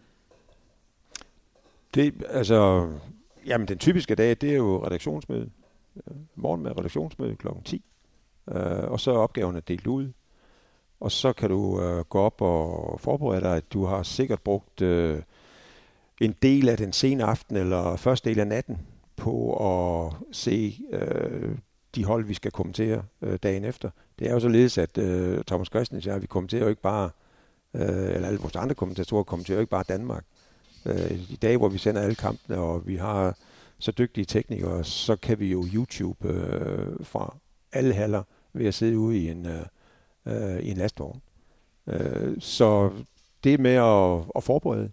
S3: Den typiske dag, det er jo redaktionsmøde. Morgen med redaktionsmøde kl. 10. Og så er opgaverne delt ud. Og så kan du gå op og forberede dig, at du har sikkert brugt en del af den sene aften eller første del af natten på at se de hold, vi skal kommentere dagen efter. Det er jo således, at Thomas Christensen og jeg, vi kommenterer jo ikke bare, eller alle vores andre kommentatorer kommenterer jo ikke bare Danmark. I dag, hvor vi sender alle kampene, og vi har så dygtige teknikere, så kan vi jo YouTube fra alle haller ved at sidde ude i en lastvogn. Så det med at forberede,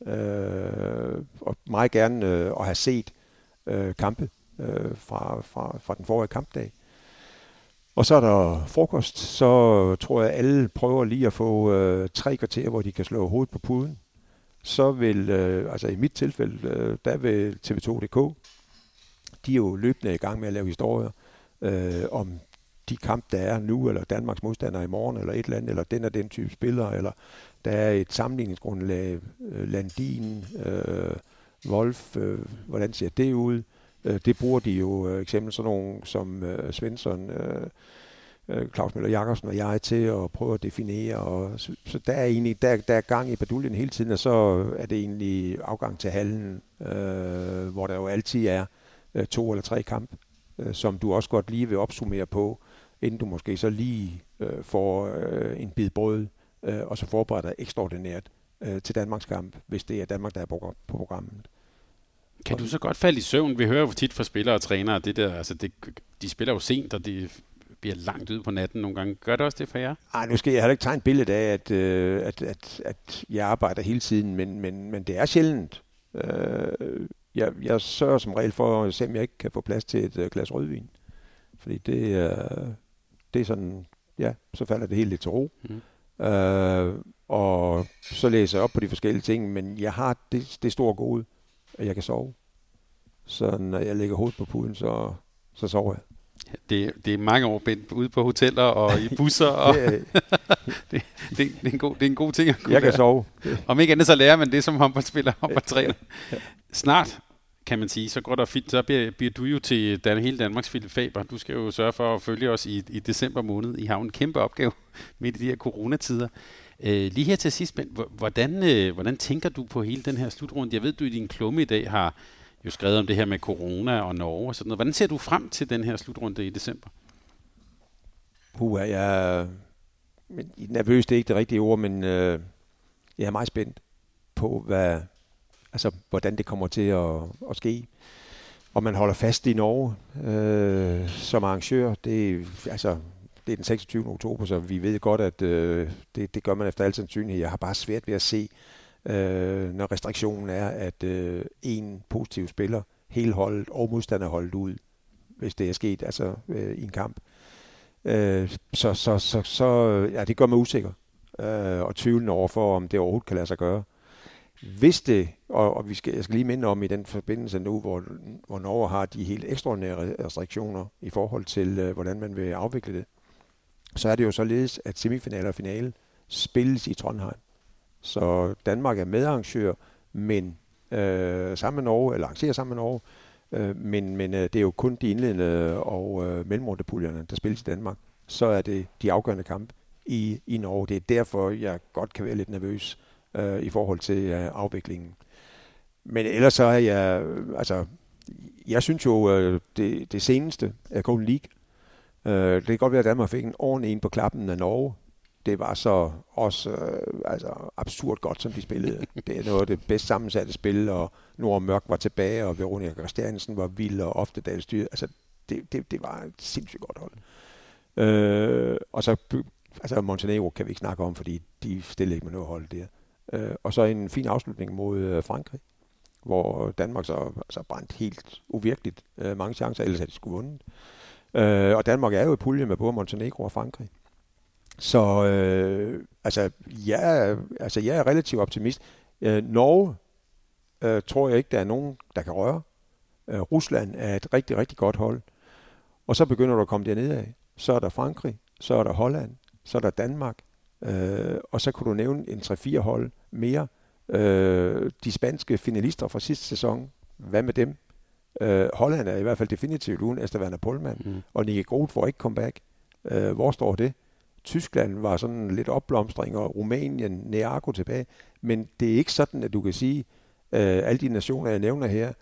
S3: og meget gerne at have set kampe fra den forrige kampdag. Og så er der frokost, så tror jeg, alle prøver lige at få 3 kvarter, hvor de kan slå hovedet på puden. Så vil, i mit tilfælde, der vil TV2.dk, de er jo løbende i gang med at lave historier om de kamp, der er nu, eller Danmarks modstander i morgen, eller et eller andet, eller den og den type spillere, eller der er et sammenligningsgrundlag, Landin, Wolf, hvordan ser det ud? Det bruger de jo eksempel sådan nogle som Svensson, Claus Møller Jakobsen og jeg til at prøve at definere. Og så der er egentlig der er gang i baduljen hele tiden, og så er det egentlig afgang til hallen, hvor der jo altid er 2 eller 3 kamp, som du også godt lige vil opsummere på, inden du måske så lige får en bid brød, og så forbereder dig ekstraordinært til Danmarks kamp, hvis det er Danmark, der er på programmet.
S2: Kan du så godt falde i søvn? Vi hører jo tit fra spillere og trænere, de spiller jo sent, og det bliver langt ude på natten nogle gange. Gør det også det for jer?
S3: Ej, nu skal jeg heller ikke tegne et billede af, at jeg arbejder hele tiden, men det er sjældent. Jeg sørger som regel for at se, om jeg ikke kan få plads til et glas rødvin. Fordi det er sådan, ja, så falder det helt lidt til ro. Og så læser jeg op på de forskellige ting, men jeg har det store gode, at jeg kan sove. Så når jeg lægger hovedet på puden, så sover jeg.
S2: Det er mange år ude på hoteller og i busser. Og det er en god ting at kunne
S3: jeg kan sove.
S2: Om ikke andet så lærer man det som håndboldspiller, håndboldtræner. Snart, kan man sige, så går der fint. Så bliver du jo til hele Danmarks Philip Faber. Du skal jo sørge for at følge os i december måned. I har en kæmpe opgave midt i de her coronatider. Lige her til sidst, hvordan tænker du på hele den her slutrunde? Jeg ved, du i din klumme i dag har jo skrevet om det her med corona og Norge og sådan noget. Hvordan ser du frem til den her slutrunde i december?
S3: Jeg nervøs, det er ikke det rigtige ord, men jeg er meget spændt på, hvordan det kommer til at ske. Og man holder fast i Norge som arrangør. Det er den 26. oktober, så vi ved godt, at det gør man efter al sandsynlighed. Jeg har bare svært ved at se, når restriktionen er, at en positiv spiller, hele holdet og modstanderholdet ud, hvis det er sket i en kamp. Så det gør mig usikker og tvivlende overfor, om det overhovedet kan lade sig gøre. Hvis det, og jeg skal lige minde om i den forbindelse nu, hvor Norge har de helt ekstraordinære restriktioner i forhold til, hvordan man vil afvikle det, så er det jo således, at semifinaler og finale spilles i Trondheim. Så Danmark er medarrangør, men sammen med Norge, eller arrangerer sammen med Norge, men det er jo kun de indledende og mellemrundepuljerne, der spilles i Danmark. Så er det de afgørende kampe i Norge. Det er derfor, jeg godt kan være lidt nervøs i forhold til afviklingen. Men ellers så er jeg synes jo, det seneste er Golden League. Det kan godt være, at Danmark fik en ordentlig en på klappen af Norge. Det var så også absurd godt, som de spillede. Det er noget af det bedst sammensatte spil, og Nora Mørk var tilbage, og Veronica Christiansen var vild, og Oftedal styret. Altså, det var et sindssygt godt hold. Og så Montenegro kan vi ikke snakke om, fordi de stiller ikke med noget hold der. Og så en fin afslutning mod Frankrig, hvor Danmark så brændt helt uvirkeligt mange chancer, ellers havde de skulle vundet. Og Danmark er jo i pulje med både Montenegro og Frankrig. Så jeg er relativt optimist. Norge tror jeg ikke, der er nogen, der kan røre. Rusland er et rigtig, rigtig godt hold. Og så begynder du at komme dernede af. Så er der Frankrig, så er der Holland, så er der Danmark. Og så kunne du nævne en 3-4 hold mere. De spanske finalister fra sidste sæson, hvad med dem? Holland er i hvert fald definitivt uden Esther Werner Pollmann, og Nicky Groth får ikke comeback. Hvor står det? Tyskland var sådan lidt opblomstring, og Rumænien, Neago tilbage. Men det er ikke sådan, at du kan sige, alle de nationer, jeg nævner her,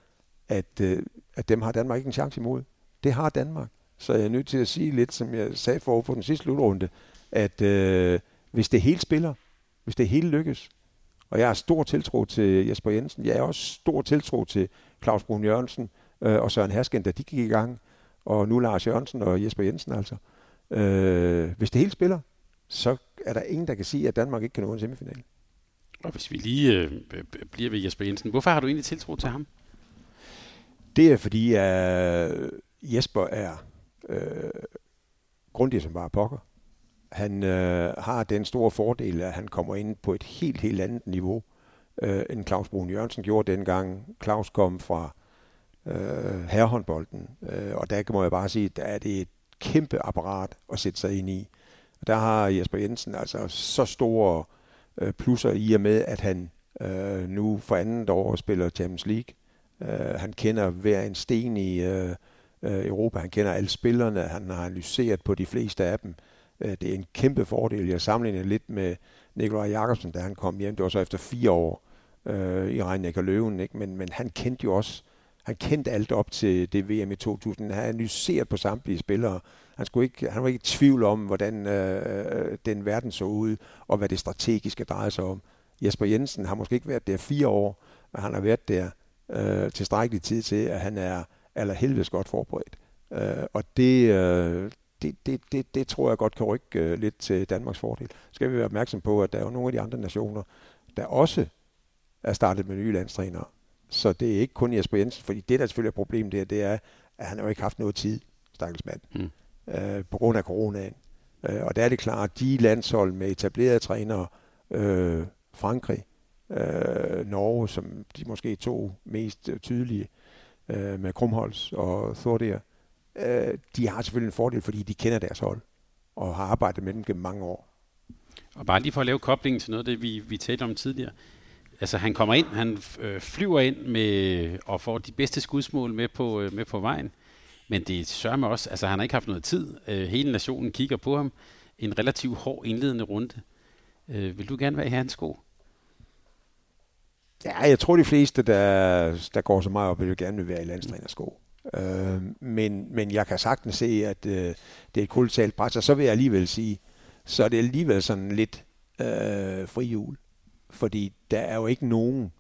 S3: at dem har Danmark ikke en chance imod. Det har Danmark. Så jeg er nødt til at sige lidt, som jeg sagde for den sidste slutrunde, at hvis det hele spiller, hvis det hele lykkes, og jeg har stor tiltro til Jesper Jensen, jeg har også stor tiltro til Claus Brun Jørgensen og Søren Hasken, da de gik i gang, og nu Lars Jørgensen og Jesper Jensen altså. Hvis det hele spiller, så er der ingen, der kan sige, at Danmark ikke kan nå en semifinal.
S2: Og hvis vi lige bliver ved Jesper Jensen, hvorfor har du egentlig tiltro til ham?
S3: Det er fordi, Jesper er grundig som bare pokker. Han har den store fordel, at han kommer ind på et helt andet niveau, end Claus Brun Jørgensen gjorde dengang. Claus kom fra herrehåndbolden, og der må jeg bare sige, der er det et kæmpe apparat at sætte sig ind i. Og der har Jesper Jensen altså så store plusser i og med, at han nu for andet år spiller Champions League. Han kender hver en sten i Europa. Han kender alle spillerne. Han har analyseret på de fleste af dem. Det er en kæmpe fordel. Jeg sammenligner lidt med Nikolaj Jakobsen, da han kom hjem. Det var så efter 4 år i Rhein-Neckar Löwen, ikke? Men han kendte jo også, han kendte alt op til det VM i 2000. Han har analyseret på samtlige spillere. Han var ikke i tvivl om, hvordan den verden så ud, og hvad det strategiske drejer sig om. Jesper Jensen har måske ikke været der 4 år, men han har været der tilstrækkelig tid til, at han er allerhelvedes godt forberedt. Og det tror jeg godt kan rykke lidt til Danmarks fordel. Skal vi være opmærksom på, at der er jo nogle af de andre nationer, der også er startet med nye landstrænere. Så det er ikke kun Jesper Jensen, fordi det, der selvfølgelig er problemet der, det er, at han har jo ikke haft noget tid, stakkels mand, på grund af coronaen. Og der er det klart, at de landshold med etablerede trænere, Frankrig, Norge, som de måske 2 mest tydelige, med Krumholtz og Thordir, de har selvfølgelig en fordel, fordi de kender deres hold og har arbejdet med dem gennem mange år.
S2: Og bare lige for at lave koblingen til noget af det, vi talte om tidligere. Altså han kommer ind, han flyver ind med og får de bedste skudsmål med på vejen. Men det sørger mig også, altså han har ikke haft noget tid. Hele nationen kigger på ham. En relativt hård indledende runde. Vil du gerne være i hans sko?
S3: Ja, jeg tror de fleste, der går så meget op, vil gerne være i landstrænersko. Men jeg kan sagtens se, at det er et kolossalt pres, og så vil jeg alligevel sige, så er det alligevel sådan lidt fri jul. Fordi der er jo ikke nogen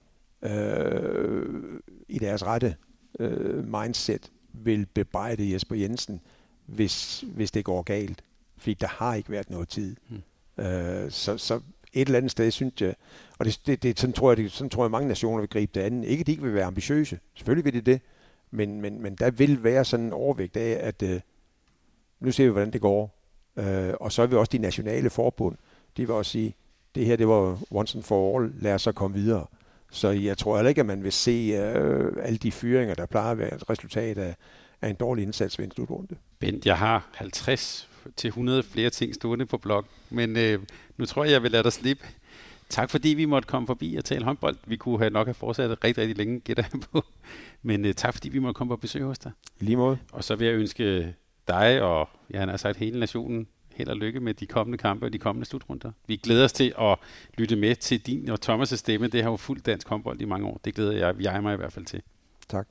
S3: i deres rette mindset vil bebrejde Jesper Jensen, hvis det går galt. Fordi der har ikke været noget tid. Så et eller andet sted, synes jeg, og sådan tror jeg mange nationer vil gribe det andet. Ikke at de ikke vil være ambitiøse. Selvfølgelig vil de det. Men der vil være sådan en overvægt af, at nu ser vi, hvordan det går. Og så vil også de nationale forbund, de vil også sige, det her, det var once and for all, lad os så komme videre. Så jeg tror heller ikke, at man vil se alle de fyringer, der plejer at være et resultat af en dårlig indsats ved en slutrunde.
S2: Bent, jeg har 50 til 100 flere ting stående på blog, men nu tror jeg vil lade dig slippe. Tak fordi vi måtte komme forbi og tale håndbold. Vi kunne nok have fortsat rigtig, rigtig længe, gætter jeg på. Men tak fordi vi måtte komme på besøg hos dig.
S3: I lige måde.
S2: Og så vil jeg ønske dig og han har sagt hele nationen held og lykke med de kommende kampe og de kommende slutrunder. Vi glæder os til at lytte med til din og Thomas' stemme. Det har jo fuldt dansk håndbold i mange år. Det glæder jeg mig i hvert fald til.
S3: Tak.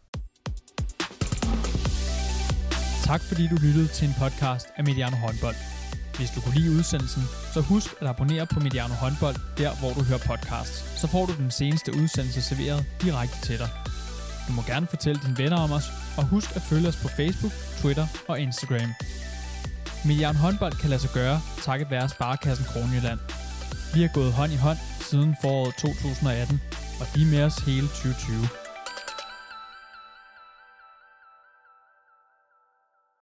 S1: Tak fordi du lyttede til en podcast af Mediano Håndbold. Hvis du kunne lide udsendelsen, så husk at abonnere på Mediano Håndbold, der hvor du hører podcasts. Så får du den seneste udsendelse serveret direkte til dig. Du må gerne fortælle dine venner om os, og husk at følge os på Facebook, Twitter og Instagram. Mediano Håndbold kan lade sig gøre, takket være Sparekassen Kronjylland. Vi har gået hånd i hånd siden foråret 2018, og de er med os hele 2020.